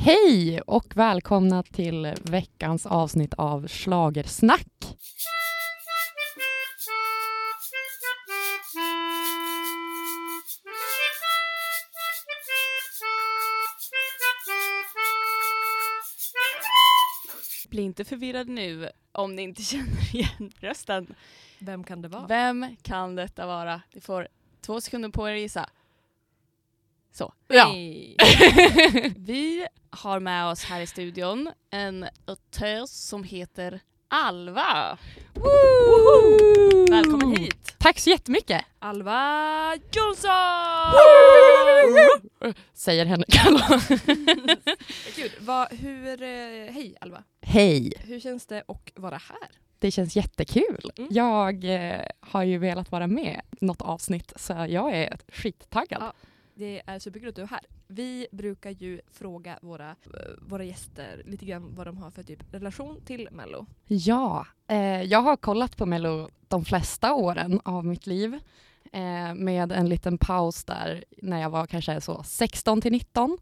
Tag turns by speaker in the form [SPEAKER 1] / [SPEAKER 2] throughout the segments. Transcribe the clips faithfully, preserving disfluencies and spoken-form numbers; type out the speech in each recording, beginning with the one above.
[SPEAKER 1] Hej och välkomna till veckans avsnitt av Schlagersnack.
[SPEAKER 2] Bli inte förvirrad nu om ni inte känner igen rösten.
[SPEAKER 3] Vem kan det vara?
[SPEAKER 2] Vem kan detta vara? Ni får två sekunder på er att gissa. Så.
[SPEAKER 1] Ja.
[SPEAKER 2] Hej. Vi har med oss här i studion en tös som heter Alva.
[SPEAKER 1] Woo!
[SPEAKER 2] Välkommen hit.
[SPEAKER 1] Tack så jättemycket.
[SPEAKER 3] Alva Jonsson!
[SPEAKER 1] Säger Henrik.
[SPEAKER 3] Gud, vad, hur, eh, hej Alva.
[SPEAKER 1] Hej.
[SPEAKER 3] Hur känns det att vara här?
[SPEAKER 1] Det känns jättekul.
[SPEAKER 3] Mm.
[SPEAKER 1] Jag eh, har ju velat vara med något avsnitt så jag är skittaggad.
[SPEAKER 3] Ja. Det är superkul att du är här. Vi brukar ju fråga våra, våra gäster lite grann vad de har för typ relation till Mello.
[SPEAKER 1] Ja, eh, jag har kollat på Mello de flesta åren av mitt liv. Eh, med en liten paus där när jag var kanske så sexton till nitton.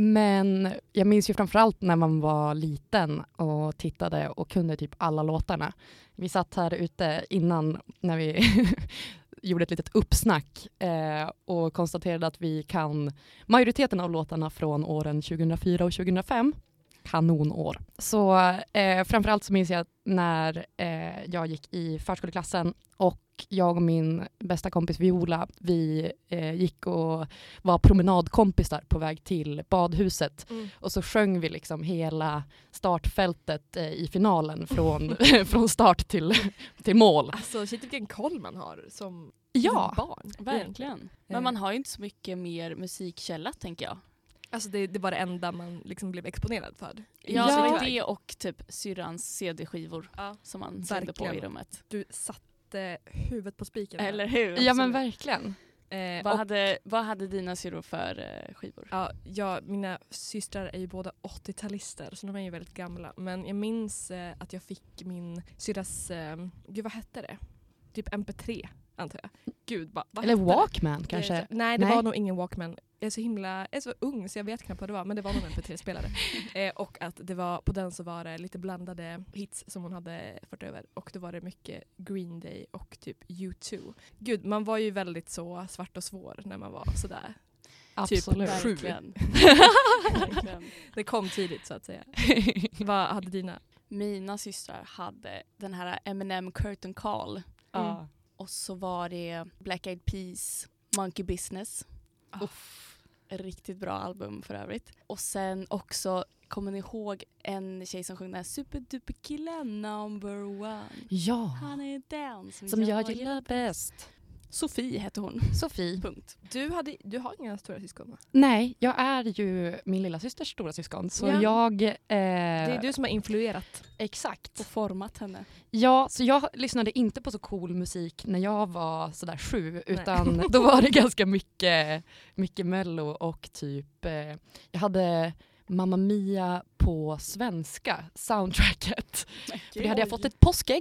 [SPEAKER 1] Men jag minns ju framförallt när man var liten och tittade och kunde typ alla låtarna. Vi satt här ute innan när vi gjorde ett litet uppsnack eh, och konstaterade att vi kan majoriteten av låtarna från åren tjugohundrafyra och tjugohundrafem. Kanonår. Så eh, framförallt så minns jag när eh, jag gick i förskoleklassen och jag och min bästa kompis Viola, vi eh, gick och var promenadkompisar på väg till badhuset.
[SPEAKER 3] Mm.
[SPEAKER 1] Och så sjöng vi liksom hela startfältet eh, i finalen från, från start till, till mål.
[SPEAKER 3] Alltså, shit vilken koll man har som
[SPEAKER 1] Ja,
[SPEAKER 3] barn.
[SPEAKER 2] Verkligen. Men man har ju inte så mycket mer musikkälla, tänker jag.
[SPEAKER 3] Alltså det, det var det enda man liksom blev exponerad för.
[SPEAKER 2] Ja,
[SPEAKER 1] Ja.
[SPEAKER 2] det var det och typ syrrans C D-skivor
[SPEAKER 3] Ja.
[SPEAKER 2] som man sände på i
[SPEAKER 3] Verkligen.
[SPEAKER 2] rummet.
[SPEAKER 3] Du satte huvudet på spiken. här.
[SPEAKER 2] Eller hur?
[SPEAKER 1] ja men verkligen.
[SPEAKER 3] Eh,
[SPEAKER 2] Vad
[SPEAKER 3] och,
[SPEAKER 2] hade, vad hade dina syrror för eh, skivor?
[SPEAKER 3] ja, ja, mina systrar är ju båda åttio-talister så de är ju väldigt gamla. Men jag minns eh, att jag fick min syrras, eh, gud vad hette det? Typ M P tre antar jag. Gud, va, vad
[SPEAKER 1] Eller
[SPEAKER 3] hette det?
[SPEAKER 1] Walkman
[SPEAKER 3] Det-
[SPEAKER 1] kanske.
[SPEAKER 3] Nej, det
[SPEAKER 1] Nej.
[SPEAKER 3] var nog ingen Walkman. Jag är så himla, jag är så ung så jag vet knappt vad det var, men det var nog en M P tre-spelare. eh, och att det var, på den så var det lite blandade hits som hon hade fört över. Och då var det mycket Green Day och typ U två. Gud, man var ju väldigt så svart och svår när man var sådär.
[SPEAKER 1] Absolut.
[SPEAKER 3] Typ sju.
[SPEAKER 2] Verkligen. Verkligen.
[SPEAKER 3] Det kom tidigt så att säga. Vad hade dina?
[SPEAKER 2] Mina systrar hade den här Eminem Curtain Call.
[SPEAKER 1] Ja.
[SPEAKER 2] Och så var det Black Eyed Peas Monkey Business.
[SPEAKER 3] Oh.
[SPEAKER 2] Uff, ett riktigt bra album för övrigt. Och sen också, kommer ni ihåg en tjej som sjöng den här Superduper killen number one?
[SPEAKER 1] Ja,
[SPEAKER 2] Han är den som,
[SPEAKER 1] som jag gillar bäst.
[SPEAKER 2] Sofie hette hon.
[SPEAKER 1] Sofie.
[SPEAKER 2] Punkt.
[SPEAKER 3] Du, hade, du har inga stora syskon va?
[SPEAKER 1] Nej, jag är ju min lilla systers stora syskon. Så
[SPEAKER 3] Ja.
[SPEAKER 1] jag... Eh,
[SPEAKER 3] Det är du som har influerat.
[SPEAKER 1] Exakt.
[SPEAKER 2] Och format henne.
[SPEAKER 1] Ja, så jag lyssnade inte på så cool musik när jag var sådär sju. Utan då var det ganska mycket, mycket Mello och typ... Eh, jag hade Mamma Mia på svenska, soundtracket. För det hade jag fått ett påskägg.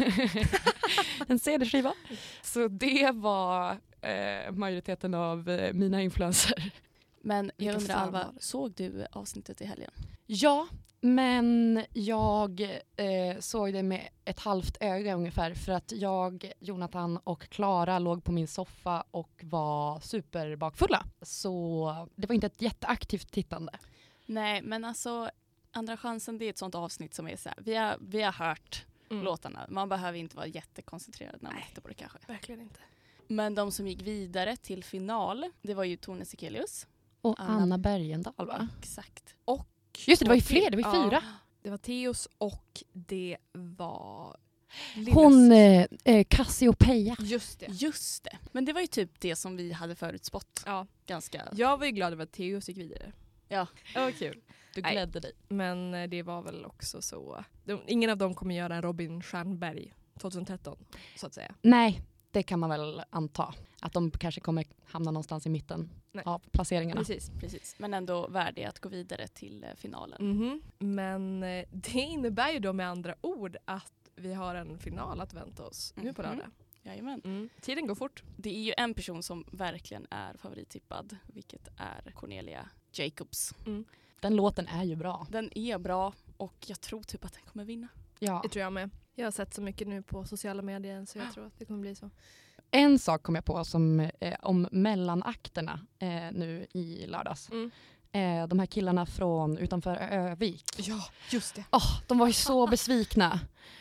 [SPEAKER 1] En C D-skiva. Så det var eh, majoriteten av eh, mina influenser.
[SPEAKER 2] Men jag
[SPEAKER 3] Vilka
[SPEAKER 2] undrar
[SPEAKER 3] fan
[SPEAKER 2] Alva,
[SPEAKER 3] var det?
[SPEAKER 2] såg du avsnittet i helgen?
[SPEAKER 1] Ja, men jag eh, såg det med ett halvt öga ungefär. För att jag, Jonathan och Klara låg på min soffa och var superbakfulla. Så det var inte ett jätteaktivt tittande.
[SPEAKER 2] Nej, men alltså Andra chansen, det är ett sånt avsnitt som är så här, vi har, vi har hört
[SPEAKER 3] Mm.
[SPEAKER 2] låtarna. Man behöver inte vara jättekoncentrerad när man
[SPEAKER 3] Nej.
[SPEAKER 2] tittar på det kanske.
[SPEAKER 3] Verkligen inte.
[SPEAKER 2] Men de som gick vidare till final, det var ju Tone Sekelius.
[SPEAKER 1] Och
[SPEAKER 2] Anna-
[SPEAKER 1] Anna Bergendahl, va?
[SPEAKER 2] Exakt. Och
[SPEAKER 1] Just det, det var ju fler, det var ju
[SPEAKER 3] Ja.
[SPEAKER 1] fyra.
[SPEAKER 3] Det var Theos och det var... Linus.
[SPEAKER 1] Hon, eh, eh, Cassiopeia.
[SPEAKER 3] Just det.
[SPEAKER 2] just det. Men det var ju typ det som vi hade förutspått.
[SPEAKER 3] Ja.
[SPEAKER 2] Ganska.
[SPEAKER 3] Jag var ju glad över att Theos gick vidare.
[SPEAKER 2] Ja.
[SPEAKER 3] Det var kul.
[SPEAKER 1] Du
[SPEAKER 3] Nej.
[SPEAKER 1] glädde dig.
[SPEAKER 3] Men eh, det var väl också så... De, ingen av dem kommer göra en Robin Stjernberg tjugohundratretton, så att säga.
[SPEAKER 1] Nej, det kan man väl anta. Att de kanske kommer hamna någonstans i mitten
[SPEAKER 3] Nej.
[SPEAKER 1] av placeringarna.
[SPEAKER 3] Precis.
[SPEAKER 2] Precis. Men ändå värdig att gå vidare till eh, finalen.
[SPEAKER 3] Mhm. Men eh, det innebär ju då med andra ord att vi har en final att vänta oss nu på
[SPEAKER 2] Mhm.
[SPEAKER 3] lördag.
[SPEAKER 2] Jajamän.
[SPEAKER 3] Mm. Tiden går fort.
[SPEAKER 2] Det är ju en person som verkligen är favorittippad, vilket är Cornelia Jacobs.
[SPEAKER 3] Mm.
[SPEAKER 1] Den låten är ju bra.
[SPEAKER 2] Den är bra och jag tror typ att den kommer vinna.
[SPEAKER 1] Ja.
[SPEAKER 3] Det tror jag med. Jag har sett så mycket nu på sociala medier så jag tror att det kommer bli så.
[SPEAKER 1] En sak kom jag på som eh, om mellanakterna eh, nu i lördags.
[SPEAKER 3] Mm.
[SPEAKER 1] Eh, de här killarna från utanför Övik.
[SPEAKER 3] Ja, just det.
[SPEAKER 1] Oh, de var ju så besvikna.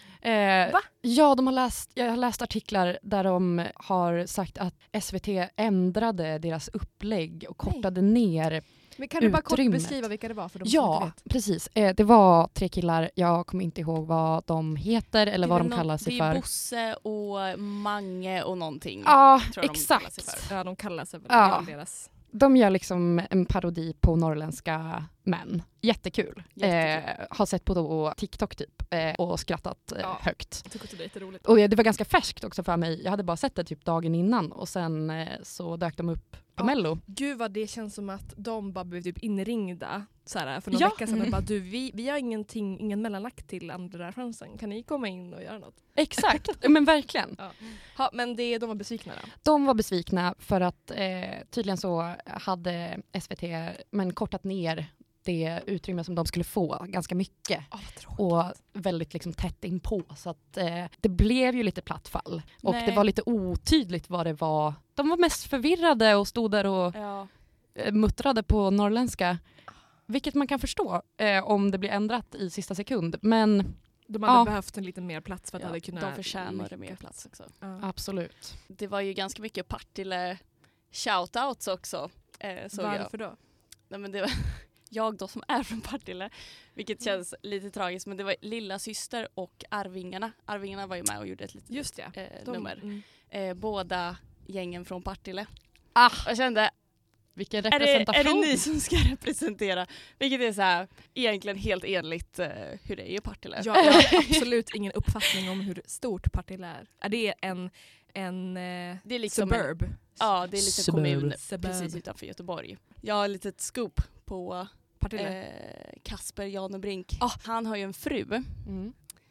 [SPEAKER 1] Eh,
[SPEAKER 3] Va?
[SPEAKER 1] Ja, de har läst, jag har läst artiklar där de har sagt att S V T ändrade deras upplägg och kortade ner.
[SPEAKER 3] Men kan du bara kort
[SPEAKER 1] Utrymmet.
[SPEAKER 3] beskriva vilka det var för de som
[SPEAKER 1] Ja,
[SPEAKER 3] inte vet?
[SPEAKER 1] precis. Eh, det var tre killar. Jag kommer inte ihåg vad de heter eller
[SPEAKER 2] Det är
[SPEAKER 1] vad
[SPEAKER 2] väl
[SPEAKER 1] de
[SPEAKER 2] nå-
[SPEAKER 1] kallar sig
[SPEAKER 2] Det
[SPEAKER 1] för.
[SPEAKER 2] är Bosse och Mange och någonting.
[SPEAKER 1] Ja,
[SPEAKER 2] tror jag de kallar sig
[SPEAKER 1] exakt.
[SPEAKER 2] för.
[SPEAKER 3] Ja, de kallar sig väl
[SPEAKER 1] Ja.
[SPEAKER 3] deras.
[SPEAKER 1] De gör liksom en parodi på norrländska män. Jättekul.
[SPEAKER 2] Jättekul.
[SPEAKER 1] Eh, har sett på då TikTok typ eh, och skrattat eh,
[SPEAKER 3] Ja.
[SPEAKER 1] högt.
[SPEAKER 3] Jag tycker också det är jätteroligt.
[SPEAKER 1] Och det var ganska färskt också för mig. Jag hade bara sett det typ dagen innan och sen eh, så dök de upp på
[SPEAKER 3] Ja.
[SPEAKER 1] Mello.
[SPEAKER 3] Gud vad det känns som att de bara blev typ inringda såhär, för några
[SPEAKER 1] Ja.
[SPEAKER 3] veckor sedan.
[SPEAKER 1] Mm.
[SPEAKER 3] Och bara, du, vi, vi har ingenting, ingen mellanakt till andra chansen. Kan ni komma in och göra något?
[SPEAKER 1] Exakt, men verkligen.
[SPEAKER 3] Ja, men det, de var besvikna då.
[SPEAKER 1] De var besvikna för att eh, tydligen så hade S V T men kortat ner det utrymme som de skulle få ganska mycket.
[SPEAKER 3] Oh, vad tråkigt.
[SPEAKER 1] Och väldigt liksom tätt inpå. Så att eh, det blev ju lite platt fall. Och
[SPEAKER 2] Nej.
[SPEAKER 1] det var lite otydligt vad det var. De var mest förvirrade och stod där och
[SPEAKER 2] Ja.
[SPEAKER 1] eh, muttrade på norrländska. Vilket man kan förstå eh, om det blir ändrat i sista sekund. Men
[SPEAKER 3] De hade
[SPEAKER 1] Ja.
[SPEAKER 3] behövt en lite mer plats för att
[SPEAKER 2] Ja,
[SPEAKER 3] det hade kunnat...
[SPEAKER 2] de förtjänade
[SPEAKER 3] lyckas.
[SPEAKER 2] mer plats också.
[SPEAKER 3] Ja.
[SPEAKER 1] absolut.
[SPEAKER 2] Det var ju ganska mycket Partille shoutouts också. Eh, såg jag.
[SPEAKER 3] Varför då?
[SPEAKER 2] Nej, men det var jag då som är från Partille, vilket känns lite tragiskt, men det var lilla syster och Arvingarna. Arvingarna var ju med och gjorde ett litet
[SPEAKER 3] Just det.
[SPEAKER 2] eh,
[SPEAKER 3] De,
[SPEAKER 2] nummer.
[SPEAKER 3] mm.
[SPEAKER 2] Eh, båda gängen från Partille.
[SPEAKER 1] Ah,
[SPEAKER 2] Och jag kände,
[SPEAKER 1] vilken
[SPEAKER 2] är det,
[SPEAKER 1] representation.
[SPEAKER 2] är det ni som ska representera? Vilket är så här, egentligen helt enligt eh, hur det är i Partille.
[SPEAKER 3] Jag, jag har absolut ingen uppfattning om hur stort Partille är. Är det en, en eh,
[SPEAKER 2] Det är liksom en,
[SPEAKER 3] suburb?
[SPEAKER 2] ja, det är lite
[SPEAKER 1] Suburb.
[SPEAKER 2] kommun
[SPEAKER 3] Suburb.
[SPEAKER 2] precis utanför Göteborg. Jag har ett litet scoop på
[SPEAKER 3] Partille?
[SPEAKER 2] eh, Kasper Janebrink.
[SPEAKER 3] Ah.
[SPEAKER 2] Han har ju en fru.
[SPEAKER 1] Mm.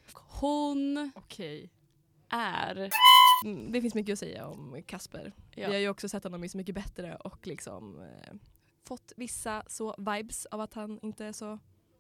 [SPEAKER 2] Hon
[SPEAKER 3] Okej.
[SPEAKER 2] är...
[SPEAKER 3] Mm, det finns mycket att säga om Kasper.
[SPEAKER 2] Ja.
[SPEAKER 3] Vi har ju också sett honom i Så mycket bättre och liksom eh, fått vissa så vibes av att han inte är så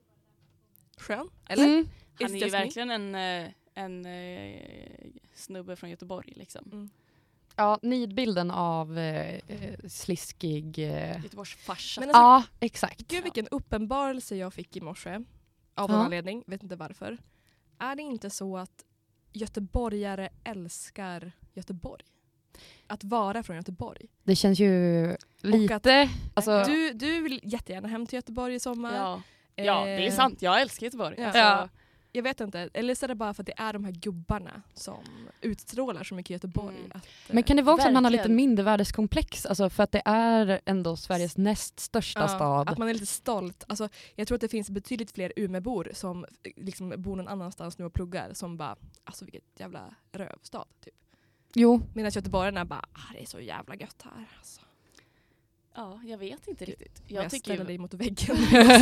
[SPEAKER 3] skön. Eller?
[SPEAKER 1] Mm.
[SPEAKER 2] Han
[SPEAKER 3] Is
[SPEAKER 2] är
[SPEAKER 3] it
[SPEAKER 2] ju
[SPEAKER 3] just me?
[SPEAKER 2] verkligen en, eh, en eh, snubbe från Göteborg liksom.
[SPEAKER 3] Mm.
[SPEAKER 1] Ja, nidbilden av eh, eh, sliskig... Eh.
[SPEAKER 2] Göteborgs farsa.
[SPEAKER 3] Men alltså,
[SPEAKER 1] Ja, exakt.
[SPEAKER 3] Gud vilken uppenbarelse jag fick i morse. Av
[SPEAKER 1] Ja.
[SPEAKER 3] någon anledning, vet inte varför. Är det inte så att göteborgare älskar Göteborg? Att vara från Göteborg.
[SPEAKER 1] Det känns ju lite... alltså,
[SPEAKER 3] Du, du vill jättegärna hem till Göteborg i sommar.
[SPEAKER 2] Ja. ja, det är
[SPEAKER 3] Eh,
[SPEAKER 2] sant. Jag älskar Göteborg.
[SPEAKER 3] Ja.
[SPEAKER 2] Alltså,
[SPEAKER 1] Ja.
[SPEAKER 3] Jag vet inte. Eller så är det bara för att det är de här gubbarna som utstrålar så mycket Göteborg.
[SPEAKER 2] Mm.
[SPEAKER 3] Att,
[SPEAKER 1] men kan det vara också att man har lite
[SPEAKER 2] Verkligen.
[SPEAKER 1] mindervärdeskomplex? Alltså för att det är ändå Sveriges näst största
[SPEAKER 3] ja,
[SPEAKER 1] stad.
[SPEAKER 3] att man är lite stolt. Alltså, jag tror att det finns betydligt fler Umeåbor som eh, liksom bor någon annanstans nu och pluggar som bara, alltså vilket jävla rövstad. Typ.
[SPEAKER 1] Jo,
[SPEAKER 3] Medan göteborgarna bara, ah, det är så jävla gött här. Alltså.
[SPEAKER 2] ja, jag vet inte riktigt.
[SPEAKER 3] Jag,
[SPEAKER 2] Jag tycker
[SPEAKER 3] ställer
[SPEAKER 2] ju,
[SPEAKER 3] dig mot väggen.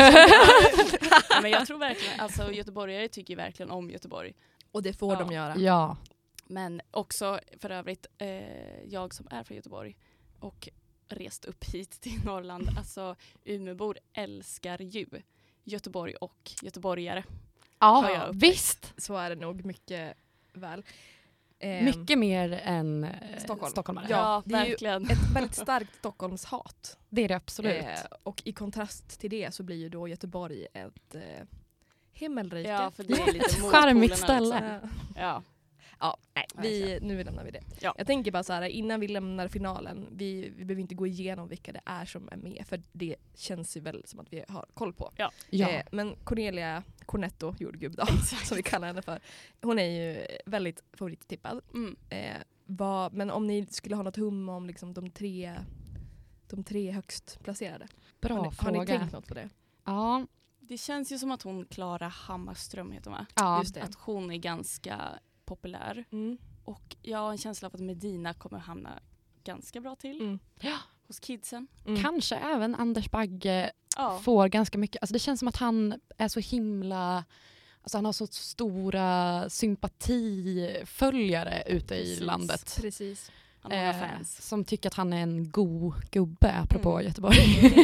[SPEAKER 2] men jag tror verkligen, alltså göteborgare tycker verkligen om Göteborg.
[SPEAKER 3] Och det får
[SPEAKER 2] Ja.
[SPEAKER 3] de göra.
[SPEAKER 1] ja.
[SPEAKER 2] Men också för övrigt, eh, jag som är från Göteborg och rest upp hit till Norrland, alltså Umeåbor älskar ju Göteborg och göteborgare. Har jag
[SPEAKER 1] Ja,
[SPEAKER 2] upptäckt.
[SPEAKER 1] visst.
[SPEAKER 3] Så är det nog mycket väl. Ehm,
[SPEAKER 1] Mycket mer än eh,
[SPEAKER 3] Stockholm.
[SPEAKER 1] stockholmare.
[SPEAKER 3] Ja,
[SPEAKER 2] Ja,
[SPEAKER 3] det är ju
[SPEAKER 2] verkligen.
[SPEAKER 3] ett väldigt starkt Stockholmshat.
[SPEAKER 1] Det är det absolut.
[SPEAKER 3] Eh, och i kontrast till det så blir ju då Göteborg ett eh, himmelrike.
[SPEAKER 2] Ja, för det är lite
[SPEAKER 1] Ett
[SPEAKER 2] motpolerna,
[SPEAKER 1] charmigt ställe.
[SPEAKER 2] liksom. Ja.
[SPEAKER 3] Ja, nej, vi,
[SPEAKER 2] Verkligen.
[SPEAKER 3] nu lämnar vi det.
[SPEAKER 2] Ja.
[SPEAKER 3] Jag tänker bara så här, innan vi lämnar finalen, vi, vi behöver inte gå igenom vilka det är som är med, för det känns ju väl som att vi har koll på.
[SPEAKER 1] Ja.
[SPEAKER 3] Eh, men Cornelia Cornetto, jordgubb då, som vi kallar henne för, hon är ju väldigt favorittippad.
[SPEAKER 2] Mm.
[SPEAKER 3] Eh, vad, men om ni skulle ha något hum om liksom de tre, de tre högst placerade,
[SPEAKER 1] Bra
[SPEAKER 3] har ni,
[SPEAKER 1] fråga.
[SPEAKER 3] har ni tänkt något på det?
[SPEAKER 1] Ja,
[SPEAKER 2] Det känns ju som att hon Klara Hammarström heter hon, va?
[SPEAKER 1] ja.
[SPEAKER 3] Just det.
[SPEAKER 2] Att hon är ganska populär.
[SPEAKER 3] Mm.
[SPEAKER 2] Och jag har en känsla av att Medina kommer hamna ganska bra till
[SPEAKER 3] Mm.
[SPEAKER 2] hos kidsen.
[SPEAKER 3] Mm.
[SPEAKER 1] Kanske även Anders Bagge
[SPEAKER 2] Ja.
[SPEAKER 1] får ganska mycket. Alltså det känns som att han är så himla... Alltså han har så stora sympatiföljare ute i
[SPEAKER 2] Precis.
[SPEAKER 1] landet.
[SPEAKER 3] Precis.
[SPEAKER 2] Han har många
[SPEAKER 1] eh,
[SPEAKER 2] fans.
[SPEAKER 1] som tycker att han är en god gubbe, apropå
[SPEAKER 2] Mm.
[SPEAKER 1] Göteborg.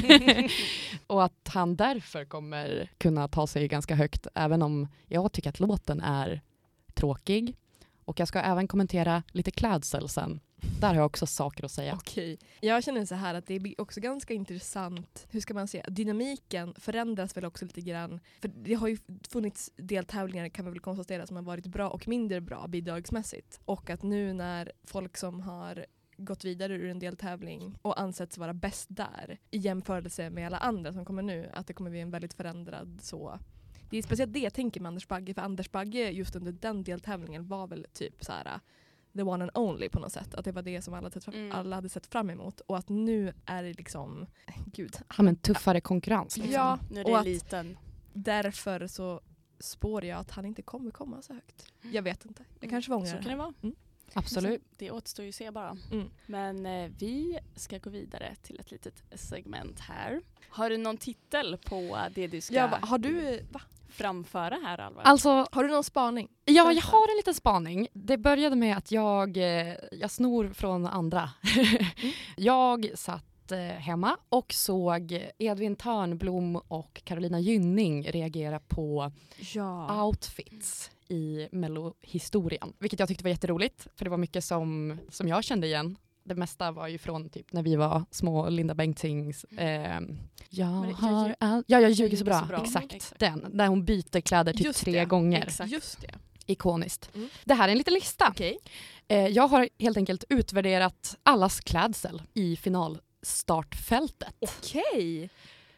[SPEAKER 1] Och att han därför kommer kunna ta sig ganska högt, även om jag tycker att låten är tråkig. Och jag ska även kommentera lite klädsel sen. Där har jag också saker att säga.
[SPEAKER 3] Okej. Jag känner så här att det blir också ganska intressant. Hur ska man säga? Dynamiken förändras väl också lite grann. För det har ju funnits deltävlingar, kan man väl konstatera, som har varit bra och mindre bra bidragsmässigt. Och att nu när folk som har gått vidare ur en deltävling och ansetts vara bäst där i jämförelse med alla andra som kommer nu, att det kommer bli en väldigt förändrad så. Det är speciellt det jag tänker med Anders Bagge, för Anders Bagge just under den deltävlingen var väl typ så här the one and only på något sätt. Att det var det som alla, sett fram,
[SPEAKER 2] Mm.
[SPEAKER 3] alla hade sett fram emot. Och att nu är det liksom, gud.
[SPEAKER 1] Ja, men tuffare konkurrens. Liksom.
[SPEAKER 3] Ja,
[SPEAKER 2] Nu är
[SPEAKER 3] och
[SPEAKER 2] det
[SPEAKER 3] att
[SPEAKER 2] liten.
[SPEAKER 3] därför så spår jag att han inte kommer komma så högt. Jag vet inte. Jag kanske ångrar
[SPEAKER 2] Så
[SPEAKER 3] det
[SPEAKER 2] kan det
[SPEAKER 3] här.
[SPEAKER 2] vara.
[SPEAKER 3] Mm.
[SPEAKER 1] Absolut.
[SPEAKER 2] Det återstår ju att se bara.
[SPEAKER 3] Mm.
[SPEAKER 2] Men eh, vi ska gå vidare till ett litet segment här. Har du någon titel på det du ska
[SPEAKER 3] Ja, va, har du, va?
[SPEAKER 2] framföra här, Alva?
[SPEAKER 1] Alltså,
[SPEAKER 3] Har du någon spaning?
[SPEAKER 1] ja, jag har en liten spaning. Det började med att jag, eh, jag snor från andra.
[SPEAKER 3] Mm.
[SPEAKER 1] Jag satt eh, hemma och såg Edvin Törnblom och Carolina Gynning reagera på
[SPEAKER 3] Ja.
[SPEAKER 1] outfits i Mello-historien. Vilket jag tyckte var jätteroligt, för det var mycket som, som jag kände igen. Det mesta var ju från typ när vi var små, Linda Bengtzings. Eh, jag
[SPEAKER 2] Men jag
[SPEAKER 1] har
[SPEAKER 2] lju-
[SPEAKER 1] all... Ja, jag ljuger så bra.
[SPEAKER 2] så bra.
[SPEAKER 1] Exakt.
[SPEAKER 2] Exakt.
[SPEAKER 1] Den. Där hon byter kläder typ
[SPEAKER 3] Just
[SPEAKER 1] tre
[SPEAKER 3] det.
[SPEAKER 1] gånger.
[SPEAKER 2] Exakt.
[SPEAKER 3] Just det.
[SPEAKER 1] Ikoniskt.
[SPEAKER 3] Mm.
[SPEAKER 1] Det här är en liten lista.
[SPEAKER 3] Okej.
[SPEAKER 1] Eh, jag har helt enkelt utvärderat allas klädsel i finalstartfältet.
[SPEAKER 3] Okej.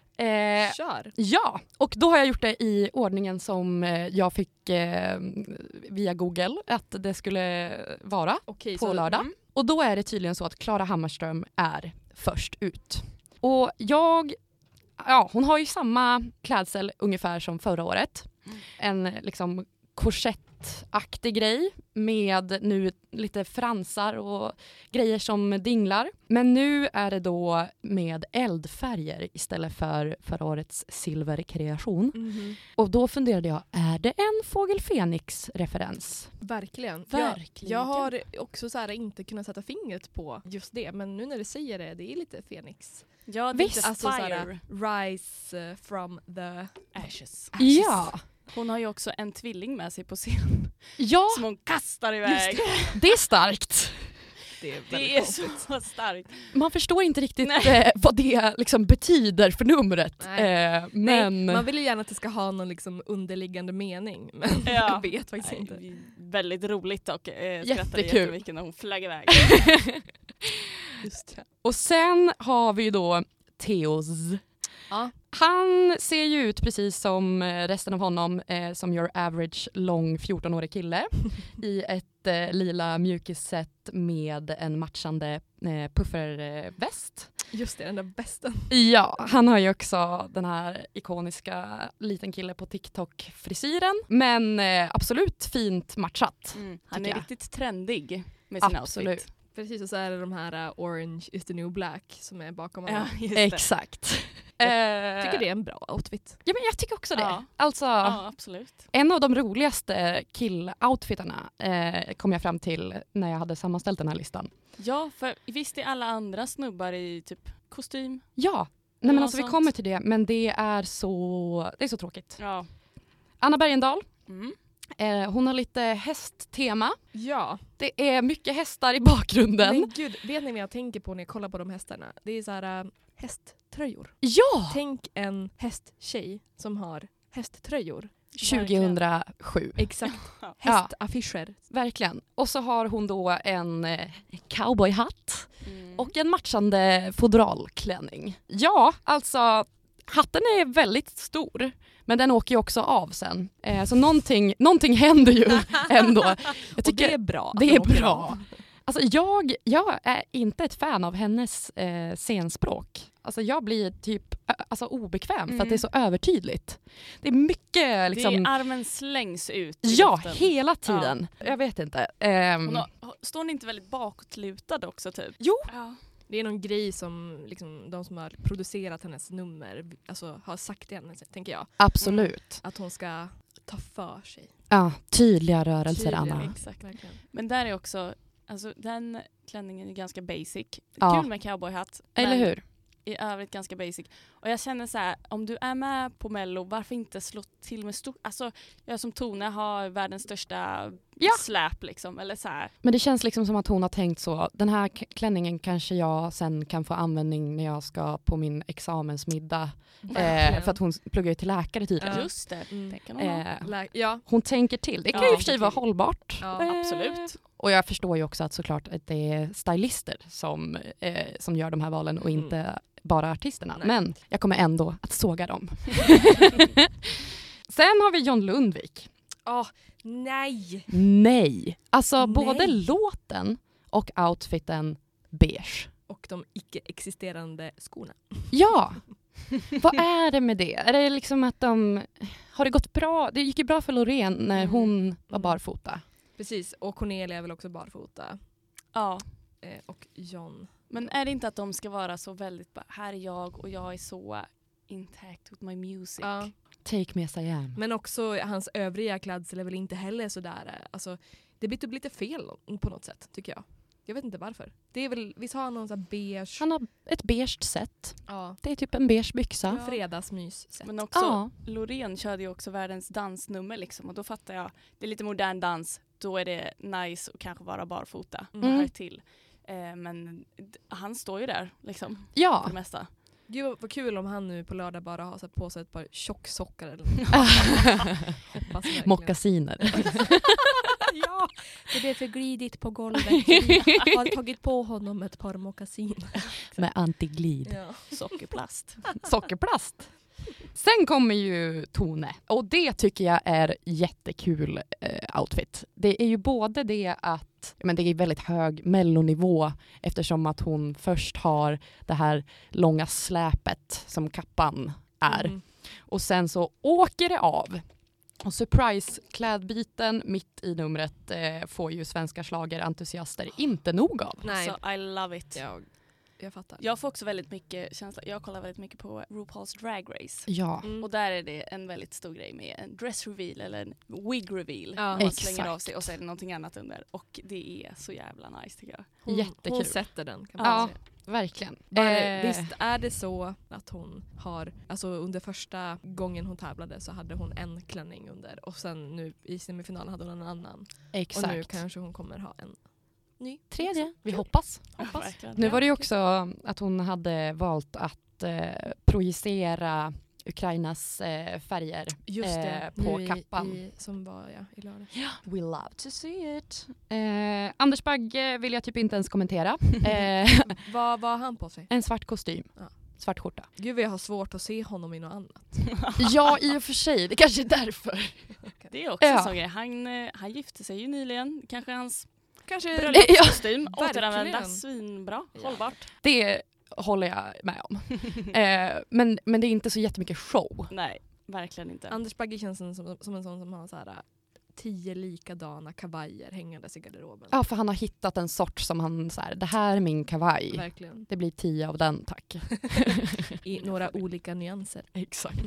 [SPEAKER 1] Eh,
[SPEAKER 3] Kör.
[SPEAKER 1] ja, och då har jag gjort det i ordningen som eh, jag fick eh, via Google att det skulle vara
[SPEAKER 3] Okej,
[SPEAKER 1] på
[SPEAKER 3] så-
[SPEAKER 1] lördag.
[SPEAKER 3] Mm.
[SPEAKER 1] Och då är det tydligen så att Klara Hammarström är först ut. Och jag, ja, hon har ju samma klädsel ungefär som förra året.
[SPEAKER 2] Mm.
[SPEAKER 1] En liksom korsettaktig grej med nu lite fransar och grejer som dinglar. Men nu är det då med eldfärger istället för förra årets silverkreation.
[SPEAKER 3] Mhm.
[SPEAKER 1] Och då funderade jag, är det en Fågel Fenix-referens?
[SPEAKER 3] Verkligen.
[SPEAKER 2] Verkligen.
[SPEAKER 3] Jag, jag har också så här inte kunnat sätta fingret på just det, men nu när du säger det, det är lite Fenix.
[SPEAKER 2] Ja, det är
[SPEAKER 1] Visst.
[SPEAKER 2] lite
[SPEAKER 3] Alltså så
[SPEAKER 2] fire.
[SPEAKER 3] här, rise uh, from the
[SPEAKER 2] Ashes.
[SPEAKER 1] Ja,
[SPEAKER 2] Hon har ju också en tvilling med sig på scen
[SPEAKER 1] ja,
[SPEAKER 2] som hon kastar iväg.
[SPEAKER 1] det är starkt.
[SPEAKER 3] Det är,
[SPEAKER 2] Det är så starkt.
[SPEAKER 1] Man förstår inte riktigt
[SPEAKER 2] Nej.
[SPEAKER 1] eh, vad det liksom betyder för numret.
[SPEAKER 3] Nej.
[SPEAKER 1] Eh, men
[SPEAKER 3] Nej, man vill ju gärna att det ska ha någon liksom underliggande mening, men
[SPEAKER 2] Ja.
[SPEAKER 3] jag vet faktiskt
[SPEAKER 2] Nej,
[SPEAKER 3] inte.
[SPEAKER 2] det är väldigt roligt och eh, skrattade
[SPEAKER 1] Jättekul.
[SPEAKER 2] jättemycket när hon flög iväg.
[SPEAKER 3] Just det.
[SPEAKER 1] Och sen har vi ju då Theos.
[SPEAKER 3] Ja.
[SPEAKER 1] Han ser ju ut precis som eh, resten av honom, eh, som your average lång fjorton-årig kille i ett eh, lila mjukisset med en matchande eh, pufferväst.
[SPEAKER 3] Just det, den där västen.
[SPEAKER 1] Ja, han har ju också den här ikoniska liten kille på TikTok-frisyren. Men eh, absolut fint matchat.
[SPEAKER 2] Mm. Han
[SPEAKER 1] Tycker
[SPEAKER 2] är
[SPEAKER 1] jag.
[SPEAKER 2] riktigt trendig med sin
[SPEAKER 1] Absolut.
[SPEAKER 2] outfit.
[SPEAKER 3] Precis, och så är det de här uh, orange is the new black som är bakom honom.
[SPEAKER 2] Ja, just det.
[SPEAKER 1] Exakt.
[SPEAKER 3] Jag tycker det är en bra outfit.
[SPEAKER 1] Ja, men jag tycker också det.
[SPEAKER 2] Ja.
[SPEAKER 1] Alltså,
[SPEAKER 2] Ja, absolut.
[SPEAKER 1] en av de roligaste kill-outfitarna eh, kom jag fram till när jag hade sammanställt den här listan.
[SPEAKER 2] Ja, för visst är alla andra snubbar i typ kostym?
[SPEAKER 1] Ja, nej, men
[SPEAKER 2] Något
[SPEAKER 1] alltså, vi
[SPEAKER 2] sånt.
[SPEAKER 1] kommer till det, men det är så, det är så tråkigt.
[SPEAKER 2] Ja.
[SPEAKER 1] Anna Bergendahl,
[SPEAKER 2] Mm.
[SPEAKER 1] eh, hon har lite hästtema.
[SPEAKER 3] Ja,
[SPEAKER 1] Det är mycket hästar i bakgrunden.
[SPEAKER 3] men gud, vet ni vad jag tänker på när jag kollar på de hästarna? Det är så här uh, hästtröjor.
[SPEAKER 1] Ja!
[SPEAKER 3] Tänk en hästtjej som har hästtröjor.
[SPEAKER 1] tjugohundrasju.
[SPEAKER 3] Exakt.
[SPEAKER 2] Ja.
[SPEAKER 3] Hästaffischer.
[SPEAKER 1] Verkligen. Och så har hon då en eh, cowboyhatt
[SPEAKER 2] Mm.
[SPEAKER 1] och en matchande fodralklänning. Ja, alltså hatten är väldigt stor, men den åker ju också av sen. Eh, så någonting, någonting händer ju ändå. Jag
[SPEAKER 3] Och
[SPEAKER 1] tycker
[SPEAKER 3] det är bra.
[SPEAKER 1] det
[SPEAKER 3] att
[SPEAKER 1] är
[SPEAKER 3] de åker
[SPEAKER 1] bra.
[SPEAKER 3] av.
[SPEAKER 1] Alltså jag, jag är inte ett fan av hennes eh, scenspråk. Alltså jag blir typ ö, alltså obekväm för att
[SPEAKER 2] Mm.
[SPEAKER 1] det är så övertydligt. Det är mycket liksom...
[SPEAKER 2] Det är armen slängs ut i
[SPEAKER 1] Ja,
[SPEAKER 2] luften.
[SPEAKER 1] hela tiden. Jag vet inte. Ehm,
[SPEAKER 2] Hon har, står hon inte väldigt bakåtlutad också typ?
[SPEAKER 1] Jo,
[SPEAKER 2] Ja.
[SPEAKER 3] Det är någon grej som liksom, de som har producerat hennes nummer alltså, har sagt till henne, tänker jag.
[SPEAKER 1] absolut.
[SPEAKER 3] Att hon ska ta för sig.
[SPEAKER 1] Ja, tydliga rörelser,
[SPEAKER 3] Tydliga,
[SPEAKER 1] Anna.
[SPEAKER 2] Exakt.
[SPEAKER 3] Verkligen.
[SPEAKER 2] Men där är också Alltså den klänningen är ganska basic.
[SPEAKER 1] Ja.
[SPEAKER 2] Kul med cowboyhatt.
[SPEAKER 1] Eller
[SPEAKER 2] men
[SPEAKER 1] hur?
[SPEAKER 2] i övrigt ganska basic. Och jag känner så här, om du är med på Mello, varför inte slå till med stort? Alltså, jag som Tone har världens största
[SPEAKER 1] Ja.
[SPEAKER 2] släp liksom. Eller så här.
[SPEAKER 1] Men det känns liksom som att hon har tänkt så. Den här k- klänningen kanske jag sen kan få användning när jag ska på min examensmiddag. Eh, för att hon pluggar ju till läkare tydligen.
[SPEAKER 3] Ja.
[SPEAKER 2] Just det,
[SPEAKER 3] Mm.
[SPEAKER 2] det kan hon ha.
[SPEAKER 1] Eh,
[SPEAKER 3] Lä- ja,
[SPEAKER 1] hon tänker till. Det kan
[SPEAKER 2] Ja,
[SPEAKER 1] ju i och för sig
[SPEAKER 2] det
[SPEAKER 1] vara
[SPEAKER 2] kan-
[SPEAKER 1] hållbart.
[SPEAKER 3] Ja,
[SPEAKER 1] Eh,
[SPEAKER 2] absolut.
[SPEAKER 1] Och jag förstår ju också att såklart att det är stylister som, eh, som gör de här valen och
[SPEAKER 3] Mm.
[SPEAKER 1] inte bara artisterna.
[SPEAKER 3] Nej.
[SPEAKER 1] Men jag kommer ändå att såga dem. Sen har vi John Lundvik.
[SPEAKER 3] Åh, nej!
[SPEAKER 1] Nej! Alltså
[SPEAKER 3] Nej.
[SPEAKER 1] både låten och outfiten beige.
[SPEAKER 3] Och de icke-existerande skorna.
[SPEAKER 1] Ja! Vad är det med det? Är det liksom att de... Har det gått bra? Det gick ju bra för Loreen när
[SPEAKER 3] Mm.
[SPEAKER 1] hon var
[SPEAKER 3] Mm.
[SPEAKER 1] barfota.
[SPEAKER 3] Precis, och Cornelia är väl också barfota.
[SPEAKER 2] Ja.
[SPEAKER 3] Eh, och John.
[SPEAKER 2] Men är det inte att de ska vara så väldigt bara, här är jag och jag är så intact with my music.
[SPEAKER 3] Ja.
[SPEAKER 1] Take me as I am.
[SPEAKER 3] Men också hans övriga klädsel är väl inte heller sådär. eh, Alltså, det blir typ lite fel på något sätt, tycker jag. Jag vet inte varför. Det är väl, visst har han någon sån här beige...
[SPEAKER 1] Han har ett beige set.
[SPEAKER 3] Ja.
[SPEAKER 1] Det är typ en beige byxa.
[SPEAKER 2] Ja.
[SPEAKER 3] Fredagsmys-set.
[SPEAKER 2] Men också,
[SPEAKER 1] Ja.
[SPEAKER 2] Loreen körde ju också världens dansnummer liksom. Och då fattar jag, det är lite modern dans. Då är det nice att kanske vara barfota.
[SPEAKER 3] Mm.
[SPEAKER 2] Och hör till. Eh, men d- han står ju där liksom. För
[SPEAKER 1] Ja.
[SPEAKER 2] det mesta.
[SPEAKER 3] Gud vad- vad kul om han nu på lördag bara har satt på sig ett par tjocksockar eller Hoppas verkligen.
[SPEAKER 1] Mockasiner.
[SPEAKER 3] Ja, det blev för glidigt på golvet. Jag har tagit på honom ett par mockasiner.
[SPEAKER 1] Med antiglid.
[SPEAKER 3] Ja.
[SPEAKER 2] Sockerplast.
[SPEAKER 1] Sockerplast. Sen kommer ju Tone. Och det tycker jag är jättekul eh, outfit. Det är ju både det att men det är väldigt hög mellonivå eftersom att hon först har det här långa släpet som kappan är.
[SPEAKER 3] Mm.
[SPEAKER 1] Och sen så åker det av. Och surprise-klädbiten mitt i numret eh, får ju svenska schlagerentusiaster inte nog av.
[SPEAKER 3] Nej,
[SPEAKER 2] Så I love it.
[SPEAKER 3] jag, jag fattar.
[SPEAKER 2] Jag får också väldigt mycket känsla. Jag kollar väldigt mycket på RuPaul's Drag Race.
[SPEAKER 1] Ja.
[SPEAKER 3] Mm.
[SPEAKER 2] Och där är det en väldigt stor grej med en dress reveal eller en wig reveal.
[SPEAKER 3] Ja.
[SPEAKER 2] Man
[SPEAKER 1] Exakt.
[SPEAKER 2] slänger av sig och så är det någonting annat under. Och det är så jävla nice tycker jag.
[SPEAKER 3] hon,
[SPEAKER 1] jättekul.
[SPEAKER 3] hon sätter den kan man
[SPEAKER 1] Ja.
[SPEAKER 3] säga.
[SPEAKER 1] Verkligen.
[SPEAKER 3] Var,
[SPEAKER 1] Eh,
[SPEAKER 3] Visst är det så att hon har, alltså under första gången hon tävlade så hade hon en klänning under och sen nu i semifinalen hade hon en annan.
[SPEAKER 1] Exakt.
[SPEAKER 3] Och nu kanske hon kommer ha en ny.
[SPEAKER 1] Tredje. Vi hoppas.
[SPEAKER 2] Hoppas. Verkligen.
[SPEAKER 1] Nu
[SPEAKER 2] Ja.
[SPEAKER 1] var det ju också att hon hade valt att eh, projicera Ukrainas eh, färger
[SPEAKER 3] Just det,
[SPEAKER 1] eh, på
[SPEAKER 3] nu i,
[SPEAKER 1] kappan.
[SPEAKER 3] i, som var ja, i lördag.
[SPEAKER 1] We love to see it. Eh, Anders Bagge vill jag typ inte ens kommentera. Eh,
[SPEAKER 3] Vad var han på sig?
[SPEAKER 1] en svart kostym.
[SPEAKER 3] Ja.
[SPEAKER 1] Svart skjorta.
[SPEAKER 3] Gud vad jag har svårt att se honom i något annat.
[SPEAKER 1] Ja, i och för sig. Det kanske är därför.
[SPEAKER 2] Det är också
[SPEAKER 1] Ja.
[SPEAKER 2] en sån grej. Han, eh, han gifte sig ju nyligen. Kanske hans
[SPEAKER 3] Kanske
[SPEAKER 2] bröllopskostym.
[SPEAKER 3] Ja,
[SPEAKER 2] Återanvända.
[SPEAKER 3] verkligen.
[SPEAKER 2] Svinbra.
[SPEAKER 3] Ja.
[SPEAKER 2] Hållbart.
[SPEAKER 1] Det håller jag med om. eh, men, men det är inte så jättemycket show.
[SPEAKER 2] Nej, verkligen inte.
[SPEAKER 3] Anders Bagge känns som, som, som en sån som har så här, tio likadana kavajer hängandes i garderoben.
[SPEAKER 1] Ja, för han har hittat en sort som han så här, det här är min kavaj.
[SPEAKER 3] Verkligen.
[SPEAKER 1] Det blir tio av den, tack.
[SPEAKER 3] I några olika nyanser.
[SPEAKER 1] Exakt.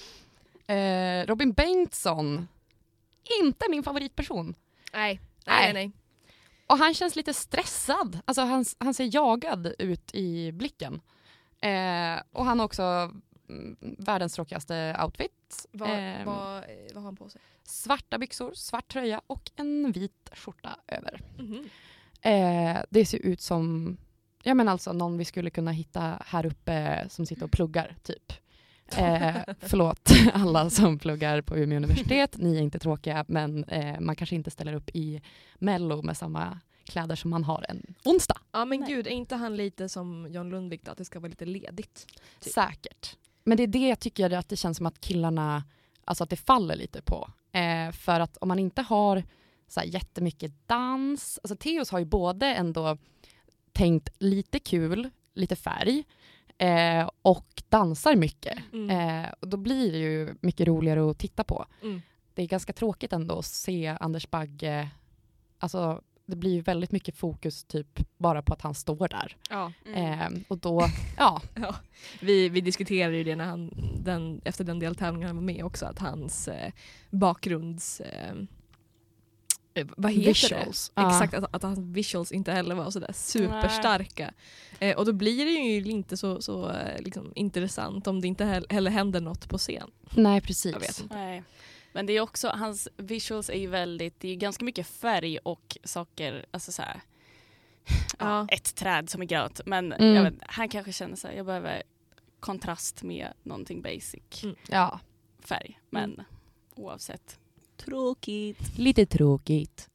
[SPEAKER 1] eh, Robin Bengtsson. Inte min favoritperson.
[SPEAKER 3] Nej,
[SPEAKER 1] Nej.
[SPEAKER 3] nej, nej.
[SPEAKER 1] Och han känns lite stressad. Alltså han, han ser jagad ut i blicken. Eh, och han har också mm, världens tråkigaste outfit.
[SPEAKER 3] Vad,
[SPEAKER 1] Eh,
[SPEAKER 3] vad, vad har han på sig?
[SPEAKER 1] Svarta byxor, svart tröja och en vit skjorta över.
[SPEAKER 3] Mhm.
[SPEAKER 1] Eh, det ser ut som ja, men alltså någon vi skulle kunna hitta här uppe som sitter och pluggar typ. Eh, förlåt alla som pluggar på Umeå universitet. Ni är inte tråkiga, men eh, man kanske inte ställer upp i Mello med samma kläder som man har en onsdag.
[SPEAKER 3] Ja men
[SPEAKER 2] Nej.
[SPEAKER 3] gud, är inte han lite som John Lundvik då? Att det ska vara lite ledigt? Typ.
[SPEAKER 1] Säkert. Men det är det jag tycker att det känns som att killarna, alltså att det faller lite på. Eh, för att om man inte har så här jättemycket dans, alltså Theos har ju både ändå tänkt lite kul, lite färg eh, och dansar mycket.
[SPEAKER 3] Mm.
[SPEAKER 1] Eh, och då blir det ju mycket roligare att titta på.
[SPEAKER 3] Mm.
[SPEAKER 1] Det är ganska tråkigt ändå att se Anders Bagge, alltså det blir ju väldigt mycket fokus typ bara på att han står där.
[SPEAKER 3] Ja.
[SPEAKER 2] Mm.
[SPEAKER 1] Eh, och då, ja,
[SPEAKER 3] Ja. Vi, vi diskuterade ju det när han, den, efter den deltävlingen han var med också, att hans eh, bakgrunds... Eh, eh, vad heter
[SPEAKER 1] Visuals.
[SPEAKER 3] det?
[SPEAKER 1] Ja.
[SPEAKER 3] Exakt, att, att hans visuals inte heller var sådär superstarka. Eh, och då blir det ju inte så, så eh, liksom, intressant om det inte he- heller händer något på scen.
[SPEAKER 1] Nej, precis.
[SPEAKER 3] Jag vet inte.
[SPEAKER 2] Nej. Men det är också, hans visuals är ju väldigt, det är ju ganska mycket färg och saker, alltså så här, ja,
[SPEAKER 3] Ja.
[SPEAKER 2] ett träd som är grönt. Men
[SPEAKER 1] Mm.
[SPEAKER 2] jag vet, han kanske känner så här, jag behöver kontrast med någonting basic
[SPEAKER 3] Mm.
[SPEAKER 1] Ja,
[SPEAKER 2] färg. Men
[SPEAKER 3] Mm.
[SPEAKER 2] oavsett. Tråkigt.
[SPEAKER 1] lite tråkigt.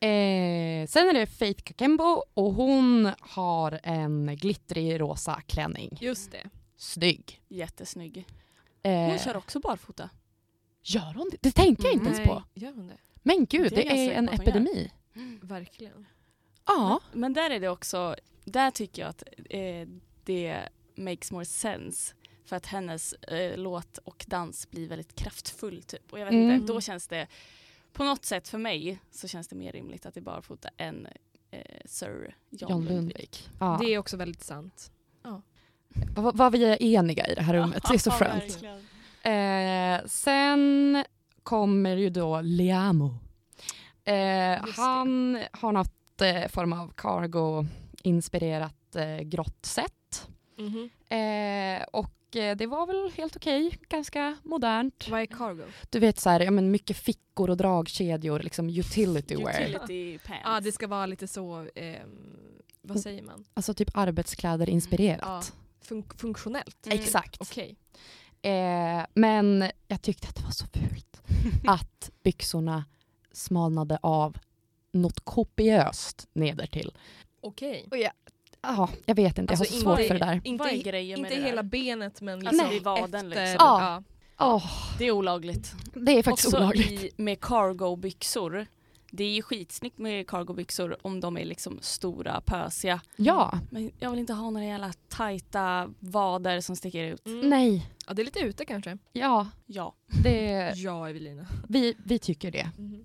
[SPEAKER 1] Eh, sen är det Faith Kakembo och hon har en glittrig rosa klänning.
[SPEAKER 3] Just det.
[SPEAKER 1] Snygg.
[SPEAKER 2] Jättesnygg.
[SPEAKER 1] Eh,
[SPEAKER 2] Hon kör också barfota.
[SPEAKER 1] Gör hon det? Det tänkte jag inte
[SPEAKER 2] Mm.
[SPEAKER 1] ens på.
[SPEAKER 3] Gör hon det?
[SPEAKER 1] Men gud,
[SPEAKER 2] Det
[SPEAKER 1] det
[SPEAKER 2] är jag
[SPEAKER 1] är,
[SPEAKER 2] säker
[SPEAKER 1] en
[SPEAKER 2] på att hon gör.
[SPEAKER 1] epidemi.
[SPEAKER 3] Verkligen.
[SPEAKER 1] Ja.
[SPEAKER 2] Men, men där är det också, där tycker jag att eh, det makes more sense. För att hennes eh, låt och dans blir väldigt kraftfull typ. Och jag vet
[SPEAKER 1] Mm.
[SPEAKER 2] inte, då känns det, på något sätt för mig så känns det mer rimligt att det är barfota än eh, Sir John,
[SPEAKER 1] John
[SPEAKER 2] Lundvik.
[SPEAKER 1] Lundvik. Ja.
[SPEAKER 3] Det är också väldigt sant.
[SPEAKER 1] Vad, vad vi är eniga i det här rummet. Det är så
[SPEAKER 2] Ja,
[SPEAKER 1] skönt.
[SPEAKER 2] verkligen.
[SPEAKER 1] Eh, sen kommer ju då Liamo. Eh,
[SPEAKER 3] Just det.
[SPEAKER 1] han har något eh, form av cargo-inspirerat eh, grått set.
[SPEAKER 3] Mhm.
[SPEAKER 1] Eh, och eh, det var väl helt okej. Ganska modernt.
[SPEAKER 3] Vad är cargo?
[SPEAKER 1] Du vet så här, ja, men mycket fickor och dragkedjor. Liksom utility wear.
[SPEAKER 2] Utility pants.
[SPEAKER 3] Ja, ah, det ska vara lite så, ehm, vad säger man?
[SPEAKER 1] Alltså typ arbetskläder inspirerat.
[SPEAKER 3] Fun- funktionellt.
[SPEAKER 2] Mm.
[SPEAKER 1] Exakt.
[SPEAKER 3] Okej.
[SPEAKER 1] Eh, men jag tyckte att det var så fult att byxorna smalnade av något kopiöst neder till.
[SPEAKER 3] Okej.
[SPEAKER 1] Och jag, ja, jag vet inte, jag
[SPEAKER 3] Alltså
[SPEAKER 1] har så svårt
[SPEAKER 3] inte-
[SPEAKER 1] för det där.
[SPEAKER 3] Inte,
[SPEAKER 2] Vad är grejen med
[SPEAKER 3] inte
[SPEAKER 2] det
[SPEAKER 3] hela
[SPEAKER 2] där?
[SPEAKER 3] benet men
[SPEAKER 2] Alltså
[SPEAKER 3] liksom
[SPEAKER 2] vid vaden
[SPEAKER 3] efter,
[SPEAKER 2] liksom.
[SPEAKER 1] Ja.
[SPEAKER 3] ja.
[SPEAKER 1] Åh,
[SPEAKER 2] Det är olagligt.
[SPEAKER 1] det är faktiskt
[SPEAKER 2] Också
[SPEAKER 1] olagligt.
[SPEAKER 2] i, med cargo-byxor. Det är ju skitsnyggt med cargo-byxor om de är liksom stora, pösiga.
[SPEAKER 1] Ja,
[SPEAKER 2] Men jag vill inte ha några jävla tajta vader som sticker ut.
[SPEAKER 3] Mm.
[SPEAKER 1] nej,
[SPEAKER 3] Ja, det är lite ute kanske.
[SPEAKER 1] ja,
[SPEAKER 2] Ja.
[SPEAKER 1] det,
[SPEAKER 3] Ja, Evelina.
[SPEAKER 1] vi, vi tycker det.
[SPEAKER 3] Mhm.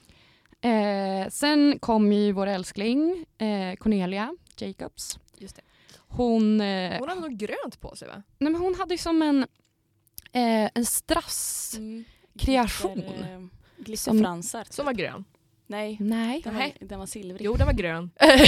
[SPEAKER 1] Eh, sen kom ju vår älskling eh, Cornelia Jacobs.
[SPEAKER 3] Just det.
[SPEAKER 1] Hon, eh,
[SPEAKER 3] Hon hade något grönt på sig va?
[SPEAKER 1] nej, men hon hade ju som en, eh, en strass.
[SPEAKER 2] Mm.
[SPEAKER 1] Kreation.
[SPEAKER 2] Glitter, eh, glitterfransar.
[SPEAKER 3] Som var grön.
[SPEAKER 2] Nej,
[SPEAKER 1] Nej.
[SPEAKER 2] den var,
[SPEAKER 3] Nej.
[SPEAKER 2] den var silvrig.
[SPEAKER 3] Jo, den var grön.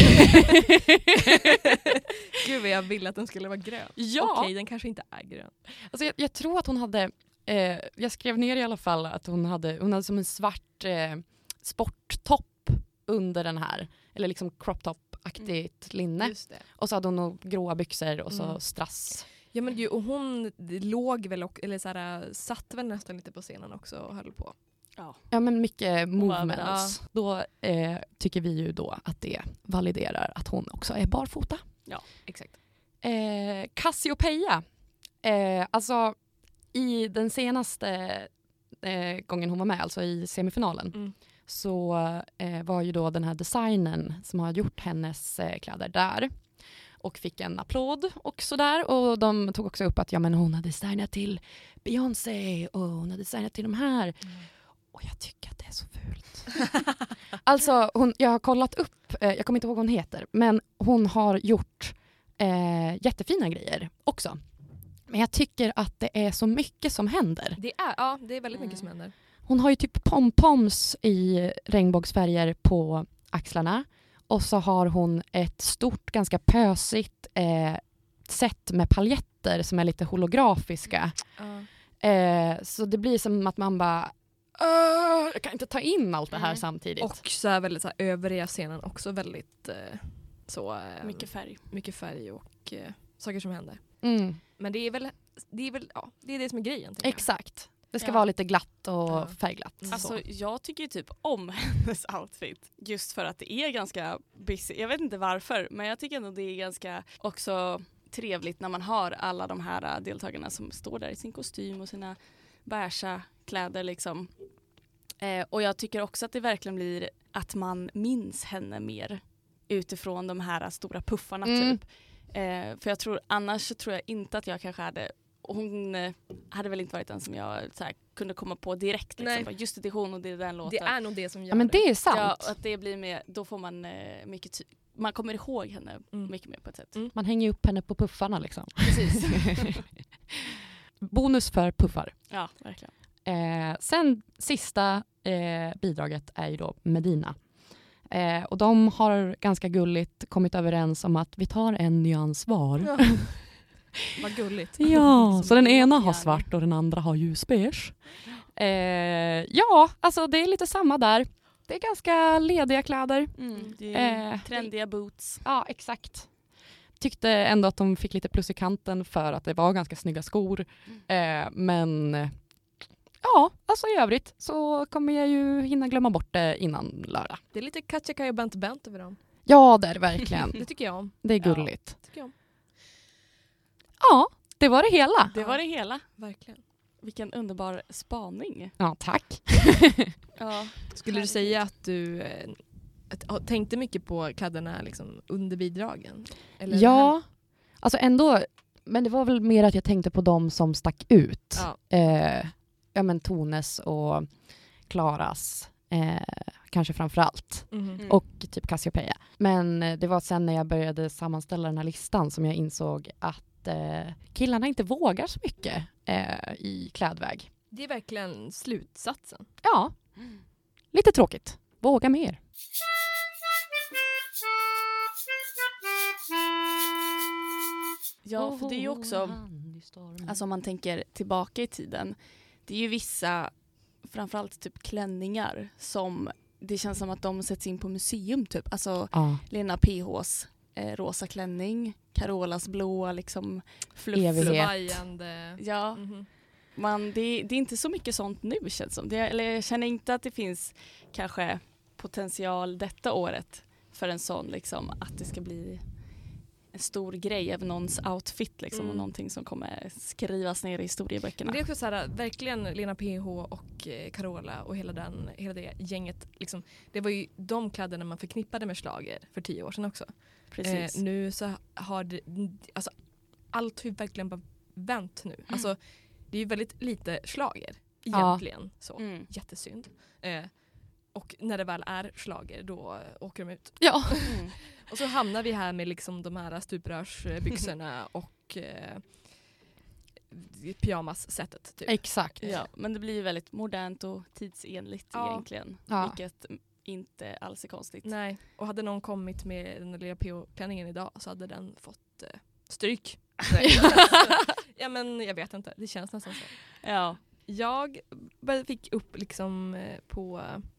[SPEAKER 3] Gud vad jag ville att den skulle vara grön.
[SPEAKER 1] Ja.
[SPEAKER 3] Okej, den kanske inte är grön.
[SPEAKER 1] Alltså jag, jag tror att hon hade, eh, jag skrev ner i alla fall att hon hade, hon hade som en svart eh, sporttopp under den här. Eller liksom crop top-aktigt linne.
[SPEAKER 3] Just det.
[SPEAKER 1] Och så hade hon nog gråa byxor och så
[SPEAKER 3] Mm.
[SPEAKER 1] strass.
[SPEAKER 3] Ja men ju, och hon låg väl och, eller så här, satt väl nästan lite på scenen också och höll på.
[SPEAKER 2] Ja.
[SPEAKER 1] Ja, men mycket movements.
[SPEAKER 2] överallt.
[SPEAKER 1] Då eh, tycker vi ju då att det validerar att hon också är barfota.
[SPEAKER 3] Exakt.
[SPEAKER 1] Eh, Cassiopeia. Eh, alltså i den senaste eh, gången hon var med, alltså i semifinalen,
[SPEAKER 3] Mm.
[SPEAKER 1] så eh, var ju då den här designern som har gjort hennes eh, kläder där och fick en applåd och sådär. Och de tog också upp att ja, men hon har designat till Beyoncé och hon har designat till de här.
[SPEAKER 3] Mm.
[SPEAKER 1] Och jag tycker att det är så fult. Alltså, hon, jag har kollat upp, eh, jag kommer inte ihåg vad hon heter, men hon har gjort eh, jättefina grejer också. Men jag tycker att det är så mycket som händer.
[SPEAKER 3] Det är, ja, det är väldigt mycket
[SPEAKER 2] Mm.
[SPEAKER 3] som händer.
[SPEAKER 1] Hon har ju typ pompoms i regnbågsfärger på axlarna. Och så har hon ett stort, ganska pösigt eh, set med paljetter som är lite holografiska.
[SPEAKER 3] Ja.
[SPEAKER 1] Eh, så det blir som att man bara, "Åh, jag kan inte ta in allt det här
[SPEAKER 2] Mm.
[SPEAKER 1] samtidigt."
[SPEAKER 3] Och så är väldigt så här, övriga scenen också väldigt eh, så eh,
[SPEAKER 2] Mycket färg.
[SPEAKER 3] mycket färg och eh, saker som händer.
[SPEAKER 1] Mm,
[SPEAKER 3] Men det är väl det är väl ja, det är det som är grejen tänker jag.
[SPEAKER 1] exakt. Det ska
[SPEAKER 2] Ja.
[SPEAKER 1] vara lite glatt och
[SPEAKER 3] Ja.
[SPEAKER 1] färgglatt.
[SPEAKER 3] Mm.
[SPEAKER 2] Alltså,
[SPEAKER 1] Så.
[SPEAKER 2] jag tycker ju typ om hennes outfit. Just för att det är ganska busy. Jag vet inte varför, men jag tycker ändå det är ganska också trevligt när man har alla de här äh, deltagarna som står där i sin kostym och sina beiga kläder liksom. Eh, och jag tycker också att det verkligen blir att man minns henne mer utifrån de här stora puffarna
[SPEAKER 1] Mm.
[SPEAKER 2] typ. Eh, för jag tror, annars så tror jag inte att jag kanske hade, hon eh, hade väl inte varit den som jag så här, kunde komma på direkt.
[SPEAKER 3] Nej.
[SPEAKER 2] Liksom. Bara, just det, det är hon och det är den låten.
[SPEAKER 3] Det är nog det som gör
[SPEAKER 1] Ja, men det är sant.
[SPEAKER 2] Ja, att det blir med, då får man eh, mycket ty- man kommer ihåg henne
[SPEAKER 3] Mm.
[SPEAKER 2] mycket mer på ett sätt.
[SPEAKER 3] Mm.
[SPEAKER 1] Man hänger upp henne på puffarna liksom.
[SPEAKER 2] Precis.
[SPEAKER 1] Bonus för puffar.
[SPEAKER 2] Ja, verkligen.
[SPEAKER 1] Eh, sen sista eh, bidraget är ju då Medina. Eh, och de har ganska gulligt kommit överens om att vi tar en nyans var.
[SPEAKER 3] Ja. Vad gulligt.
[SPEAKER 1] Ja, så den ena har
[SPEAKER 2] gärna.
[SPEAKER 1] svart och den andra har ljusbeige. Eh, ja, alltså det är lite samma där. Det är ganska lediga kläder.
[SPEAKER 2] Mm, det är
[SPEAKER 1] Eh,
[SPEAKER 2] trendiga boots.
[SPEAKER 1] Ja, exakt. Tyckte ändå att de fick lite plus i kanten för att det var ganska snygga skor. Eh, men eh, ja, alltså i övrigt så kommer jag ju hinna glömma bort det innan lördag.
[SPEAKER 3] Det är lite Katja och Bent Bent över dem.
[SPEAKER 1] Ja, det är det verkligen.
[SPEAKER 3] Det tycker jag om.
[SPEAKER 1] Det är gulligt.
[SPEAKER 3] Tycker jag om.
[SPEAKER 1] Ja, det var det hela.
[SPEAKER 2] Det var det hela.
[SPEAKER 3] Verkligen.
[SPEAKER 2] Vilken underbar spaning.
[SPEAKER 1] Ja, tack.
[SPEAKER 2] Ja.
[SPEAKER 3] Skulle du säga att du eh, att, tänkte mycket på kläderna liksom, under bidragen? Eller
[SPEAKER 1] Ja, alltså ändå, men det var väl mer att jag tänkte på dem som stack ut.
[SPEAKER 3] Ja.
[SPEAKER 1] Eh, ja men Tones och Klaras, eh, kanske framför allt.
[SPEAKER 3] Mhm.
[SPEAKER 2] Mm.
[SPEAKER 1] Och typ Cassiopeia. Men eh, det var sen när jag började sammanställa den här listan som jag insåg att eh, killarna inte vågar så mycket eh, i klädväg.
[SPEAKER 3] Det är verkligen slutsatsen.
[SPEAKER 1] Ja, lite tråkigt. Våga mer.
[SPEAKER 2] Ja, för det är ju också, alltså om man tänker tillbaka i tiden, det är ju vissa, framförallt typ klänningar, som det känns som att de sätts in på museum typ. Alltså
[SPEAKER 1] Ja,
[SPEAKER 2] Lena P H:s eh, rosa klänning, Carolas blåa liksom fluff.
[SPEAKER 1] Evighet.
[SPEAKER 3] Svajande.
[SPEAKER 2] Ja,
[SPEAKER 3] Mhm.
[SPEAKER 2] man, det, det är inte så mycket sånt nu känns som. Det, eller jag känner inte att det finns kanske potential detta året för en sån liksom, att det ska bli en stor grej av någons outfit liksom,
[SPEAKER 3] Mm.
[SPEAKER 2] och någonting som kommer skrivas ner i historieböckerna.
[SPEAKER 3] Men det är också så här, verkligen Lena P H och eh, Carola och hela, den, hela det gänget. Liksom, det var ju de kläderna man förknippade med schlager för tio år sedan också.
[SPEAKER 2] Precis.
[SPEAKER 3] Eh, nu så har det, alltså, allt har ju verkligen bara vänt nu. Alltså, det är ju väldigt lite schlager egentligen. Så.
[SPEAKER 2] Mm.
[SPEAKER 3] Jättesynd. Eh, och när det väl är schlager då åker de ut.
[SPEAKER 1] ja.
[SPEAKER 2] Mm.
[SPEAKER 3] Och så hamnar vi här med liksom de här stuprörsbyxorna och eh, pyjamas-sättet. Typ.
[SPEAKER 1] Exakt.
[SPEAKER 2] Ja, men det blir ju väldigt modernt och tidsenligt
[SPEAKER 3] Ja.
[SPEAKER 2] egentligen.
[SPEAKER 1] Ja.
[SPEAKER 2] Vilket inte alls är konstigt.
[SPEAKER 3] Nej, och hade någon kommit med den lilla P O-klänningen idag så hade den fått eh, stryk. Ja men jag vet inte, det känns nästan så.
[SPEAKER 2] Ja.
[SPEAKER 3] Jag bara fick upp liksom eh, på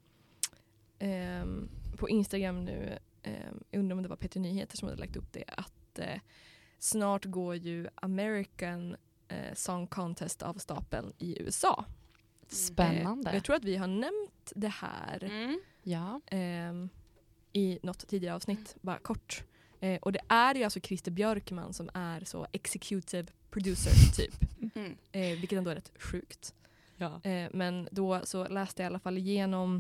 [SPEAKER 3] ehm, på Instagram nu, ehm, jag undrar om det var Peter Nyheter som hade lagt upp det, att eh, snart går ju American eh, Song Contest av stapeln i U S A.
[SPEAKER 1] Spännande.
[SPEAKER 3] Eh, jag tror att vi har nämnt det här
[SPEAKER 2] Mm.
[SPEAKER 1] Ja.
[SPEAKER 3] ehm, i något tidigare avsnitt, bara kort. Eh, och det är ju alltså Christer Björkman som är så executive producer typ.
[SPEAKER 2] Mm.
[SPEAKER 3] Eh, vilket ändå är rätt sjukt.
[SPEAKER 1] Ja.
[SPEAKER 3] Eh, men då så läste jag i alla fall igenom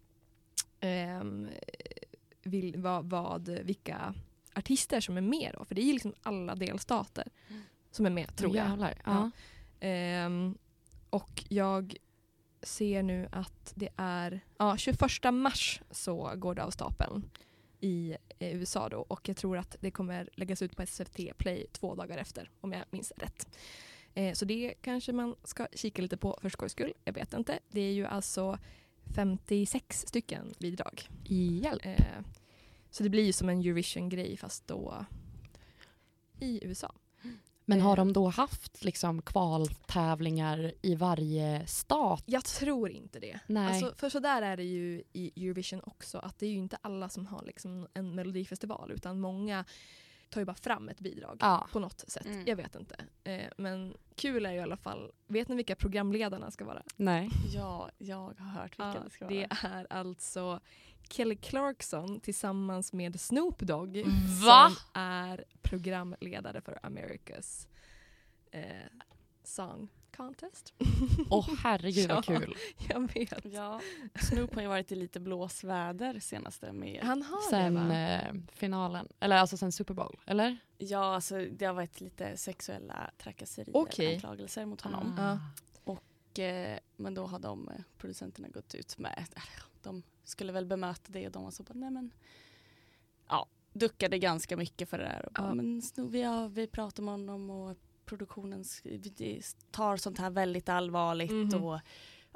[SPEAKER 3] ehm, vil, vad, vad, vilka artister som är med då. För det är ju liksom alla delstater
[SPEAKER 2] Mm.
[SPEAKER 3] som är med, tror jag.
[SPEAKER 1] Jävlar.
[SPEAKER 3] Ja.
[SPEAKER 1] Ja.
[SPEAKER 3] Ehm, och jag ser nu att det är ja, tjugoförsta mars så går det av stapeln i eh, U S A då. Och jag tror att det kommer läggas ut på S F T Play två dagar efter, om jag minns rätt. Eh, så det kanske man ska kika lite på för skojs skull. Jag vet inte. Det är ju alltså femtiosex stycken bidrag.
[SPEAKER 1] Hjälp.
[SPEAKER 3] Eh, så det blir ju som en Eurovision-grej fast då i U S A.
[SPEAKER 1] Men har
[SPEAKER 3] eh.
[SPEAKER 1] de då haft liksom kvaltävlingar i varje stat?
[SPEAKER 3] Jag tror inte det.
[SPEAKER 1] Nej.
[SPEAKER 3] Alltså, för så där är det ju i Eurovision också. Att det är ju inte alla som har liksom en melodifestival utan många tar ju bara fram ett bidrag
[SPEAKER 1] Ja.
[SPEAKER 3] på något sätt.
[SPEAKER 2] Mm.
[SPEAKER 3] Jag vet inte. Eh, men kul är ju i alla fall. Vet ni vilka programledarna ska vara?
[SPEAKER 1] Nej.
[SPEAKER 2] Ja, jag har hört vilka
[SPEAKER 3] Ja,
[SPEAKER 2] det ska
[SPEAKER 3] det
[SPEAKER 2] vara.
[SPEAKER 3] är alltså Kelly Clarkson tillsammans med Snoop Dogg
[SPEAKER 1] Va?
[SPEAKER 3] som är programledare för America's eh, Song Contest.
[SPEAKER 1] Åh herregud vad
[SPEAKER 3] Ja.
[SPEAKER 1] kul.
[SPEAKER 3] Jag vet.
[SPEAKER 2] Ja, Snoop har ju varit i lite blåsväder senaste med.
[SPEAKER 3] Han har
[SPEAKER 1] Sen
[SPEAKER 3] det va?
[SPEAKER 1] eh, finalen, eller alltså sen Super Bowl, eller?
[SPEAKER 2] Ja, alltså det har varit lite sexuella trakasserier,
[SPEAKER 3] Okej.
[SPEAKER 2] anklagelser mot honom.
[SPEAKER 3] Ja.
[SPEAKER 2] Och, eh, men då har de eh, producenterna gått ut med, äh, de skulle väl bemöta det och de var så bara, nej men, ja, duckade ganska mycket för det där. Och bara,
[SPEAKER 3] Ja.
[SPEAKER 2] men Snoop, vi, har, vi pratar med honom och produktionen sk- vi tar sånt här väldigt allvarligt
[SPEAKER 3] Mhm.
[SPEAKER 2] och ja,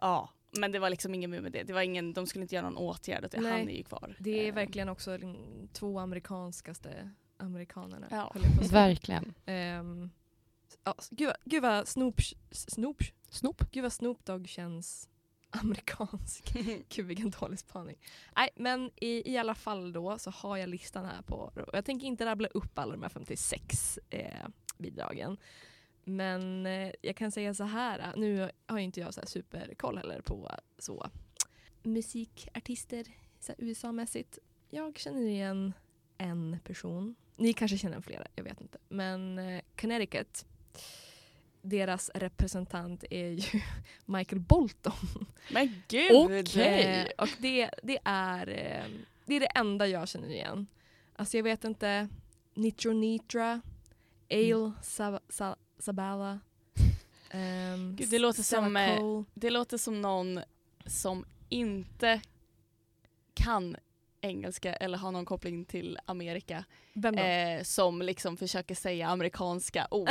[SPEAKER 2] Men det var liksom ingen med det. Det var ingen, de skulle inte göra någon åtgärd. Utan han är ju kvar.
[SPEAKER 3] Det är
[SPEAKER 2] eh.
[SPEAKER 3] verkligen också de två amerikanskaste amerikanerna.
[SPEAKER 2] Ja.
[SPEAKER 1] Verkligen.
[SPEAKER 3] Um, ja, gud, gud vad Snoop, Snoop,
[SPEAKER 1] Snoop.
[SPEAKER 3] Gud vad Snoop Dogg känns amerikansk. Gud vilken dålig spaning. Nej, men i, i alla fall då så har jag listan här på. Jag tänker inte rabbla upp alla de här femtiosex eh, bidragen. Men eh, jag kan säga så här. Nu har inte jag så här superkoll heller på så musikartister så här U S A-mässigt. Jag känner igen en person. Ni kanske känner flera, jag vet inte. Men eh, Connecticut, deras representant är ju Michael Bolton.
[SPEAKER 2] Men gud!
[SPEAKER 1] Okej.
[SPEAKER 3] Eh, och det, det, är, eh, det är det enda jag känner igen. Alltså jag vet inte. Nitro Nitra, Ale mm. Sab- Sa- Sabala. Um,
[SPEAKER 2] Gud, det låter som eh,
[SPEAKER 3] Cole.
[SPEAKER 2] det låter som någon som inte kan engelska eller har någon koppling till Amerika.
[SPEAKER 3] Vem då?
[SPEAKER 2] Eh, som liksom försöker säga amerikanska ord.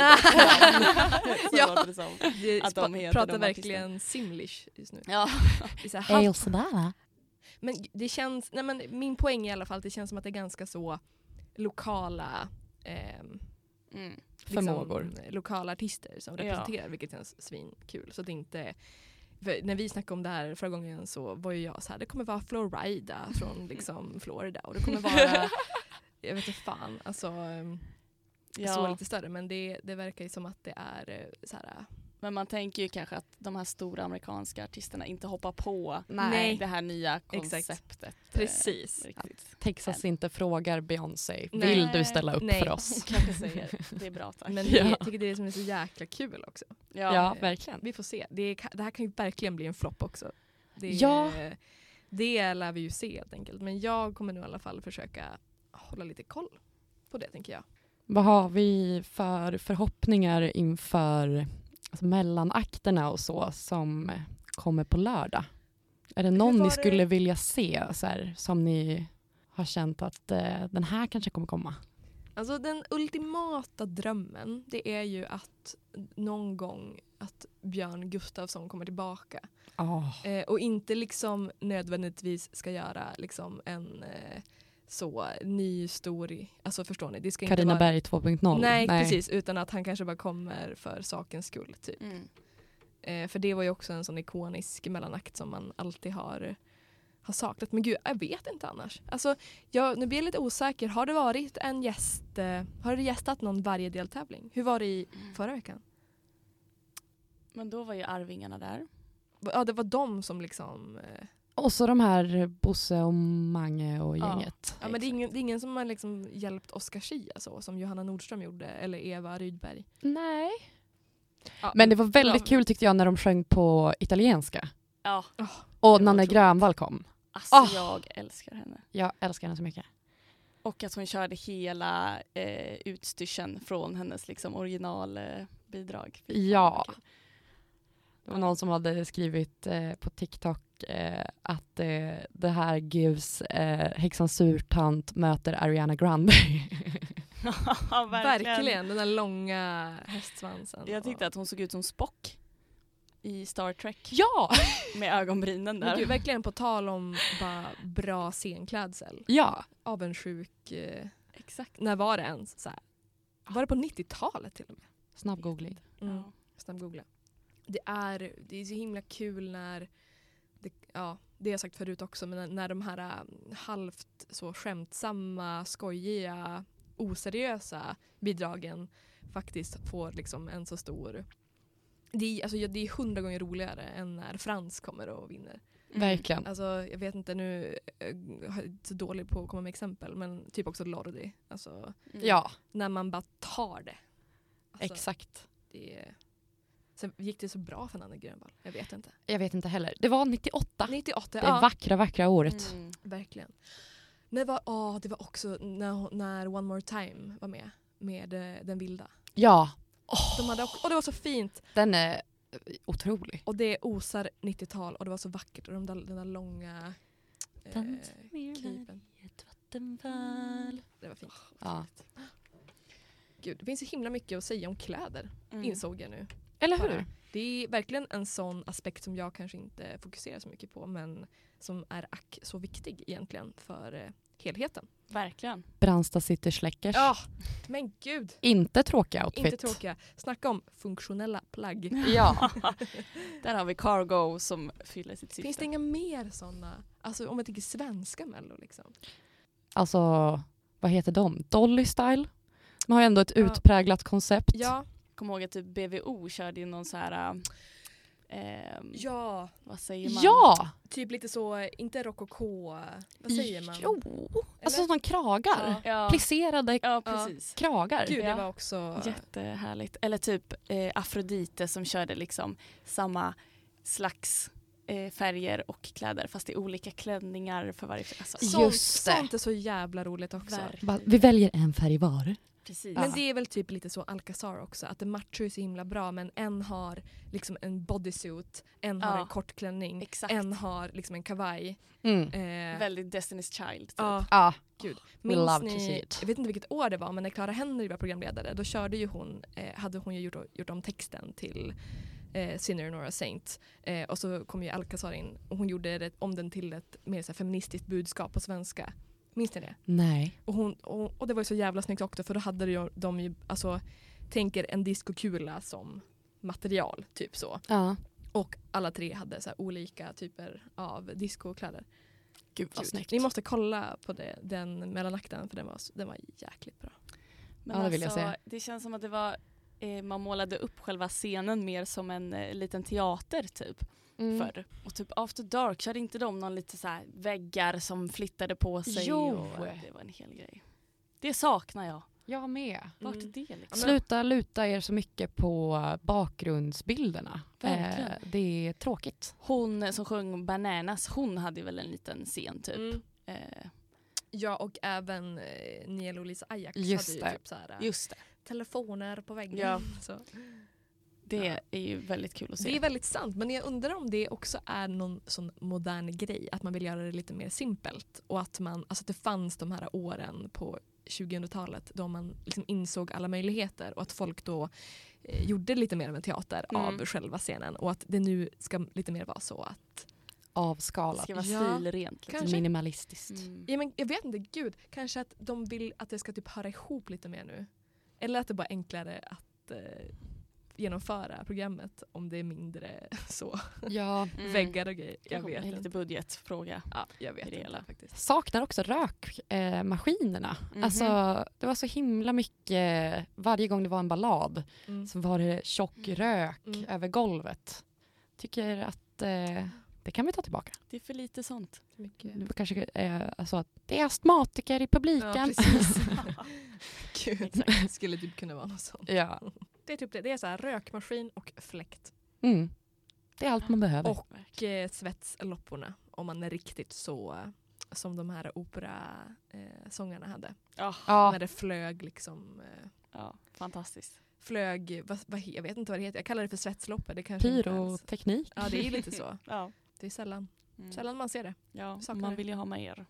[SPEAKER 3] Ja,
[SPEAKER 2] låter det som.
[SPEAKER 3] Det
[SPEAKER 2] att de
[SPEAKER 3] sp-
[SPEAKER 2] heter
[SPEAKER 3] pratar
[SPEAKER 2] de
[SPEAKER 3] verkligen simlish just nu.
[SPEAKER 2] Ja.
[SPEAKER 3] Det är så här, halvt-
[SPEAKER 1] Sådär.
[SPEAKER 3] men det känns, nej men min poäng i alla fall, det känns som att det är ganska så lokala ehm,
[SPEAKER 2] Mm.
[SPEAKER 1] Förmågor.
[SPEAKER 3] Liksom, lokala artister som
[SPEAKER 2] Ja.
[SPEAKER 3] representerar, vilket känns svinkul. Så det inte, för när vi snackade om det här förra gången så var ju jag så här, det kommer vara Florida från liksom Florida och det kommer vara jag vet inte fan, alltså um,
[SPEAKER 2] Ja.
[SPEAKER 3] så lite större, men det, det verkar ju som att det är uh, så här.
[SPEAKER 2] Men man tänker ju kanske att de här stora amerikanska artisterna inte hoppar på
[SPEAKER 3] Nej.
[SPEAKER 2] det här nya
[SPEAKER 3] Exakt.
[SPEAKER 2] konceptet.
[SPEAKER 3] Precis.
[SPEAKER 2] Eh, riktigt.
[SPEAKER 1] Texas inte frågar Beyoncé,
[SPEAKER 3] Nej.
[SPEAKER 1] vill du ställa upp
[SPEAKER 3] Nej.
[SPEAKER 1] för oss?
[SPEAKER 2] Kanske säger det är bra tack.
[SPEAKER 3] Men det,
[SPEAKER 1] Ja.
[SPEAKER 3] jag tycker det är det som är så jäkla kul också.
[SPEAKER 2] ja.
[SPEAKER 1] Ja,
[SPEAKER 3] Eh,
[SPEAKER 1] verkligen.
[SPEAKER 3] Vi får se. Det, är, det här kan ju verkligen bli en flopp också. Det,
[SPEAKER 1] Ja.
[SPEAKER 3] Det lär vi ju se helt enkelt. Men jag kommer nog i alla fall försöka hålla lite koll på det, tänker jag.
[SPEAKER 1] Vad har vi för förhoppningar inför alltså, mellanakterna och så som kommer på lördag? Är det någon
[SPEAKER 3] var
[SPEAKER 1] ni
[SPEAKER 3] det-
[SPEAKER 1] skulle vilja se så här, som ni har känt att eh, den här kanske kommer komma?
[SPEAKER 3] Alltså den ultimata drömmen, det är ju att någon gång att Björn Gustafsson kommer tillbaka.
[SPEAKER 1] Oh.
[SPEAKER 3] Eh, och inte liksom nödvändigtvis ska göra liksom en eh, så ny stor, alltså förstår ni? Det ska inte
[SPEAKER 1] Carina
[SPEAKER 3] vara,
[SPEAKER 1] Berg två punkt noll.
[SPEAKER 3] nej, precis, utan att han kanske bara kommer för sakens skull typ.
[SPEAKER 2] Mm.
[SPEAKER 3] Eh, för det var ju också en sån ikonisk mellanakt som man alltid har, har saknat. Men gud, jag vet inte annars. Alltså, jag, nu blir jag lite osäker. Har det varit en gäst, eh, har det gästat någon varje deltävling? Hur var det i förra veckan?
[SPEAKER 2] Men då var ju Arvingarna där.
[SPEAKER 3] Ja, det var de som liksom... Eh,
[SPEAKER 1] Och så de här Bosse och Mange och
[SPEAKER 2] Ja.
[SPEAKER 1] gänget.
[SPEAKER 3] ja, men det är, ingen, det är ingen som har liksom hjälpt Oskar Schia så, som Johanna Nordström gjorde, eller Eva Rydberg.
[SPEAKER 1] Nej.
[SPEAKER 3] Ja,
[SPEAKER 1] Men det var väldigt
[SPEAKER 3] ja.
[SPEAKER 1] kul tyckte jag när de sjöng på italienska.
[SPEAKER 2] Ja,
[SPEAKER 3] Oh,
[SPEAKER 1] Och
[SPEAKER 3] Det var
[SPEAKER 1] Nanne
[SPEAKER 3] otroligt.
[SPEAKER 1] Grönvall kom.
[SPEAKER 2] alltså
[SPEAKER 1] Ah.
[SPEAKER 2] jag älskar henne.
[SPEAKER 1] Jag älskar henne så mycket.
[SPEAKER 2] Och att hon körde hela eh, utstyrseln från hennes liksom, originalbidrag. Eh, bidrag. Fy fan,
[SPEAKER 1] Ja.
[SPEAKER 2] vad kul.
[SPEAKER 1] Det var någon som hade skrivit eh, på TikTok eh, att eh, det här gives eh, häxan surtant möter Ariana Grande.
[SPEAKER 2] Ja, verkligen.
[SPEAKER 3] verkligen, den där långa hästsvansen.
[SPEAKER 2] Jag tyckte att hon såg ut som Spock i Star Trek
[SPEAKER 1] Ja!
[SPEAKER 2] med ögonbrynen
[SPEAKER 3] Men
[SPEAKER 2] där.
[SPEAKER 3] gud, verkligen på tal om bara bra scenklädsel.
[SPEAKER 1] Ja.
[SPEAKER 3] Avundsjuk. Eh,
[SPEAKER 2] Exakt.
[SPEAKER 3] när var det ens? Så här, var det på nittiotalet till och med?
[SPEAKER 1] Snabb googling.
[SPEAKER 3] Mm.
[SPEAKER 2] Ja.
[SPEAKER 3] Snabb googla. Det är, det är så himla kul när, det, ja, det har jag sagt förut också, men när, när de här um, halvt så skämtsamma, skojiga, oseriösa bidragen faktiskt får liksom en så stor... Det är, alltså, det är hundra gånger roligare än när Frans kommer och vinner.
[SPEAKER 2] Mm.
[SPEAKER 1] Verkligen.
[SPEAKER 3] Alltså, jag vet inte, nu äh, jag är så dålig på att komma med exempel, men typ också Lordi. Alltså,
[SPEAKER 2] Mm.
[SPEAKER 1] Ja,
[SPEAKER 3] när man bara tar det. Alltså,
[SPEAKER 1] exakt.
[SPEAKER 3] det är... Sen gick det så bra för Nanne Grönvall? Jag vet inte.
[SPEAKER 1] Jag vet inte heller. Det var nittioåtta.
[SPEAKER 3] nittioåtta,
[SPEAKER 1] Det
[SPEAKER 3] ja.
[SPEAKER 1] vackra, vackra året.
[SPEAKER 2] Mm.
[SPEAKER 3] Verkligen. Men var, åh, det var också när, när One More Time var med. Med eh, Den vilda.
[SPEAKER 1] Ja.
[SPEAKER 3] De hade också, och det var så fint.
[SPEAKER 1] Den är eh, otrolig.
[SPEAKER 3] Och det osar nittiotal. Och det var så vackert. Och de där, den där långa eh, klipen. Det var fint.
[SPEAKER 1] Ja.
[SPEAKER 3] Gud, det finns så himla mycket att säga om kläder.
[SPEAKER 2] Mm.
[SPEAKER 3] Insåg jag nu.
[SPEAKER 1] Eller
[SPEAKER 3] Bara.
[SPEAKER 1] hur?
[SPEAKER 3] Det är verkligen en sån aspekt som jag kanske inte fokuserar så mycket på, men som är ack så viktig egentligen för eh, helheten.
[SPEAKER 2] Verkligen.
[SPEAKER 1] Brandsta City Släckers.
[SPEAKER 3] Ja, men gud.
[SPEAKER 1] Inte tråkiga outfit.
[SPEAKER 3] Inte tråkiga. Snacka om funktionella plagg.
[SPEAKER 1] Ja.
[SPEAKER 2] Där har vi Cargo som fyller sitt syfte.
[SPEAKER 3] Finns det inga mer såna, alltså om man tänker svenska Mello liksom?
[SPEAKER 1] Alltså, vad heter de? Dolly Style. De har ju ändå ett
[SPEAKER 3] Ja.
[SPEAKER 1] utpräglat koncept.
[SPEAKER 3] Ja,
[SPEAKER 2] Kommer ihåg att typ B V O körde ju någon så här... ehm,
[SPEAKER 3] ja.
[SPEAKER 2] Vad säger man?
[SPEAKER 1] Ja!
[SPEAKER 3] Typ lite så, inte rokoko, vad säger man?
[SPEAKER 1] Jo! Alltså sådana kragar.
[SPEAKER 3] Ja.
[SPEAKER 2] Ja,
[SPEAKER 1] Plisserade
[SPEAKER 2] ja precis.
[SPEAKER 1] kragar.
[SPEAKER 3] Gud, det
[SPEAKER 2] Ja.
[SPEAKER 3] var också...
[SPEAKER 2] Jättehärligt. Eller typ eh, Afrodite som körde liksom samma slags eh, färger och kläder fast i olika klänningar för varje... Alltså,
[SPEAKER 1] Ja.
[SPEAKER 3] Sånt,
[SPEAKER 1] Just det.
[SPEAKER 3] sånt är så jävla roligt också.
[SPEAKER 2] Verkligen.
[SPEAKER 1] Va- Vi väljer en färg var.
[SPEAKER 2] Precis.
[SPEAKER 3] Men det är väl typ lite så Alcazar också, att det matchar ju så himla bra, men en har liksom en bodysuit, en har
[SPEAKER 2] Ja.
[SPEAKER 3] en kortklänning,
[SPEAKER 2] Exakt.
[SPEAKER 3] en har liksom en kavaj.
[SPEAKER 1] Mm.
[SPEAKER 3] Eh,
[SPEAKER 2] Väldigt Destiny's Child. Typ.
[SPEAKER 3] ja,
[SPEAKER 1] Ja.
[SPEAKER 3] gud.
[SPEAKER 1] We
[SPEAKER 3] Minns
[SPEAKER 1] love to
[SPEAKER 3] ni,
[SPEAKER 1] see it.
[SPEAKER 3] jag vet inte vilket år det var, men när Clara Henry var programledare, då körde ju hon, eh, hade hon ju gjort, gjort om texten till eh, Sinner Nora Saint. Eh, och så kom ju Alcazar in och hon gjorde det, om den till ett mer så här feministiskt budskap på svenska. Minns ni det?
[SPEAKER 1] Nej.
[SPEAKER 3] Och, hon, och, och det var ju så jävla snyggt också, för då hade ju, de ju, alltså, tänker en diskokula som material, typ så.
[SPEAKER 1] Ja.
[SPEAKER 3] Och alla tre hade så här olika typer av diskokläder.
[SPEAKER 1] Gud vad
[SPEAKER 3] Gud,
[SPEAKER 1] snyggt.
[SPEAKER 3] Ni måste kolla på det, den mellanakten, för den var, den var jäkligt bra.
[SPEAKER 2] Men
[SPEAKER 1] Ja, det vill jag
[SPEAKER 2] alltså,
[SPEAKER 1] se.
[SPEAKER 2] det känns som att det var... Eh, man målade upp själva scenen mer som en eh, liten teater typ.
[SPEAKER 1] Mm.
[SPEAKER 2] Förr. Och typ After Dark körde inte de någon lite så här väggar som flittade på sig.
[SPEAKER 1] Jo.
[SPEAKER 2] Och, eh, det var en hel grej. Det saknar jag.
[SPEAKER 1] Jag med.
[SPEAKER 2] Vart
[SPEAKER 3] Mm.
[SPEAKER 2] är det liksom?
[SPEAKER 1] Sluta luta er så mycket på bakgrundsbilderna.
[SPEAKER 2] Verkligen.
[SPEAKER 1] Eh, det är tråkigt.
[SPEAKER 2] Hon som sjöng Bananas, hon hade väl en liten scen typ.
[SPEAKER 3] Mm.
[SPEAKER 2] Eh,
[SPEAKER 3] Ja, och även eh, Niel och Lisa Ajax
[SPEAKER 1] Just
[SPEAKER 3] hade ju
[SPEAKER 1] det.
[SPEAKER 3] typ så här, eh,
[SPEAKER 2] just det.
[SPEAKER 3] telefoner på väggen.
[SPEAKER 2] Ja.
[SPEAKER 3] Så.
[SPEAKER 2] Det
[SPEAKER 3] Ja.
[SPEAKER 2] är ju väldigt kul att se.
[SPEAKER 3] Det är väldigt sant, men jag undrar om det också är någon sån modern grej, att man vill göra det lite mer simpelt, och att man, alltså att det fanns de här åren på tjugohundratalet då man liksom insåg alla möjligheter, och att folk då eh, gjorde lite mer av en teater
[SPEAKER 2] Mm.
[SPEAKER 3] av själva scenen, och att det nu ska lite mer vara så att
[SPEAKER 2] Det
[SPEAKER 1] Avskalat.
[SPEAKER 2] ska vara
[SPEAKER 3] Ja.
[SPEAKER 2] stilrent. Liksom.
[SPEAKER 3] Kanske.
[SPEAKER 1] Minimalistiskt.
[SPEAKER 2] Mm.
[SPEAKER 3] ja, men jag vet inte, gud, kanske att de vill att det ska typ höra ihop lite mer nu, eller att det bara är enklare att eh, genomföra programmet om det är mindre så
[SPEAKER 1] Ja.
[SPEAKER 2] Mm.
[SPEAKER 3] väggar och grejer.
[SPEAKER 2] Jag
[SPEAKER 3] Jag vet
[SPEAKER 2] vet
[SPEAKER 3] inte.
[SPEAKER 2] lite budgetfråga.
[SPEAKER 3] Ja, jag vet
[SPEAKER 2] i det
[SPEAKER 3] inte
[SPEAKER 2] hela.
[SPEAKER 3] faktiskt.
[SPEAKER 1] Saknar också rökmaskinerna. Eh, maskinerna.
[SPEAKER 2] Mhm.
[SPEAKER 1] Alltså, det var så himla mycket, varje gång det var en ballad
[SPEAKER 3] Mm.
[SPEAKER 1] så var det tjock rök
[SPEAKER 3] Mm.
[SPEAKER 1] över golvet. Tycker att eh, det kan vi ta tillbaka.
[SPEAKER 2] Det är för lite sånt.
[SPEAKER 3] Mycket.
[SPEAKER 1] Det var kanske eh, alltså att det är astmatiker i publiken.
[SPEAKER 3] Ja, precis. Gud,
[SPEAKER 2] Exakt.
[SPEAKER 3] skulle typ kunna vara något sånt.
[SPEAKER 1] Ja.
[SPEAKER 3] Det är typ det. Det är så här rökmaskin och fläkt.
[SPEAKER 1] Mm. Det är allt man behöver.
[SPEAKER 3] Och Och eh, svetslopporna, om man är riktigt så eh, som de här operasångarna eh, hade.
[SPEAKER 2] Ja,
[SPEAKER 1] ja.
[SPEAKER 3] När det flög liksom eh,
[SPEAKER 2] ja, fantastiskt.
[SPEAKER 3] flög, vad, vad, jag vet inte vad det heter, jag kallar det för svetsloppor. Det kanske inte ens,
[SPEAKER 1] Pyroteknik.
[SPEAKER 3] ja, det är lite så.
[SPEAKER 2] Ja.
[SPEAKER 3] Det är sällan,
[SPEAKER 2] Mm.
[SPEAKER 3] sällan man ser det.
[SPEAKER 2] Ja,
[SPEAKER 3] Saknar
[SPEAKER 2] man
[SPEAKER 3] det.
[SPEAKER 2] vill ju ha mer.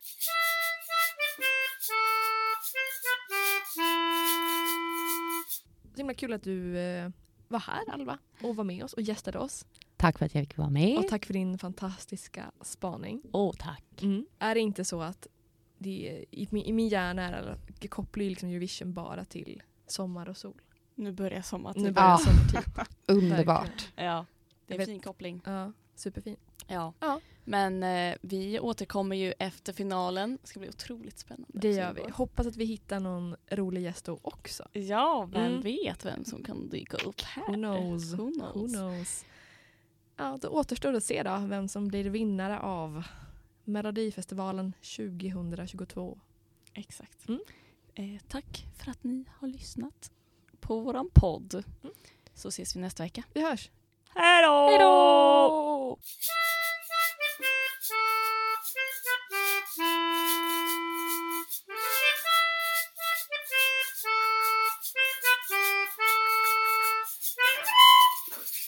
[SPEAKER 3] Så himla kul att du eh, var här, Alva, och var med oss och gästade oss.
[SPEAKER 1] Tack för att jag fick vara med.
[SPEAKER 3] Och tack för din fantastiska spaning.
[SPEAKER 1] Åh, tack.
[SPEAKER 3] Mm. Är det inte så att det, i, min, i min hjärna är det kopplar ju liksom Eurovision bara till sommar och sol?
[SPEAKER 2] Nu börjar sommartid.
[SPEAKER 3] Nu börjar
[SPEAKER 1] Ja.
[SPEAKER 3] sommartid.
[SPEAKER 1] Underbart.
[SPEAKER 2] Ja, det är
[SPEAKER 3] Jag
[SPEAKER 2] en
[SPEAKER 3] vet-
[SPEAKER 2] fin koppling.
[SPEAKER 3] Ja, superfin.
[SPEAKER 2] Ja.
[SPEAKER 3] Ja.
[SPEAKER 2] Men eh, vi återkommer ju efter finalen. Det ska bli otroligt spännande.
[SPEAKER 3] Det
[SPEAKER 2] Så
[SPEAKER 3] gör vi.
[SPEAKER 2] bara-
[SPEAKER 3] Hoppas att vi hittar någon rolig gäst då också.
[SPEAKER 2] Ja, vem
[SPEAKER 3] Mm.
[SPEAKER 2] vet vem som kan dyka upp här?
[SPEAKER 3] Who knows?
[SPEAKER 2] Who knows?
[SPEAKER 3] Who knows? Ja, då återstår det att se då vem som blir vinnare av Melodifestivalen tjugohundratjugotvå.
[SPEAKER 2] Exakt.
[SPEAKER 3] Mm.
[SPEAKER 2] Eh, tack för att ni har lyssnat på våran podd.
[SPEAKER 3] Mm.
[SPEAKER 2] Så ses vi nästa vecka.
[SPEAKER 3] Vi hörs!
[SPEAKER 2] Hej då!
[SPEAKER 1] Hej då!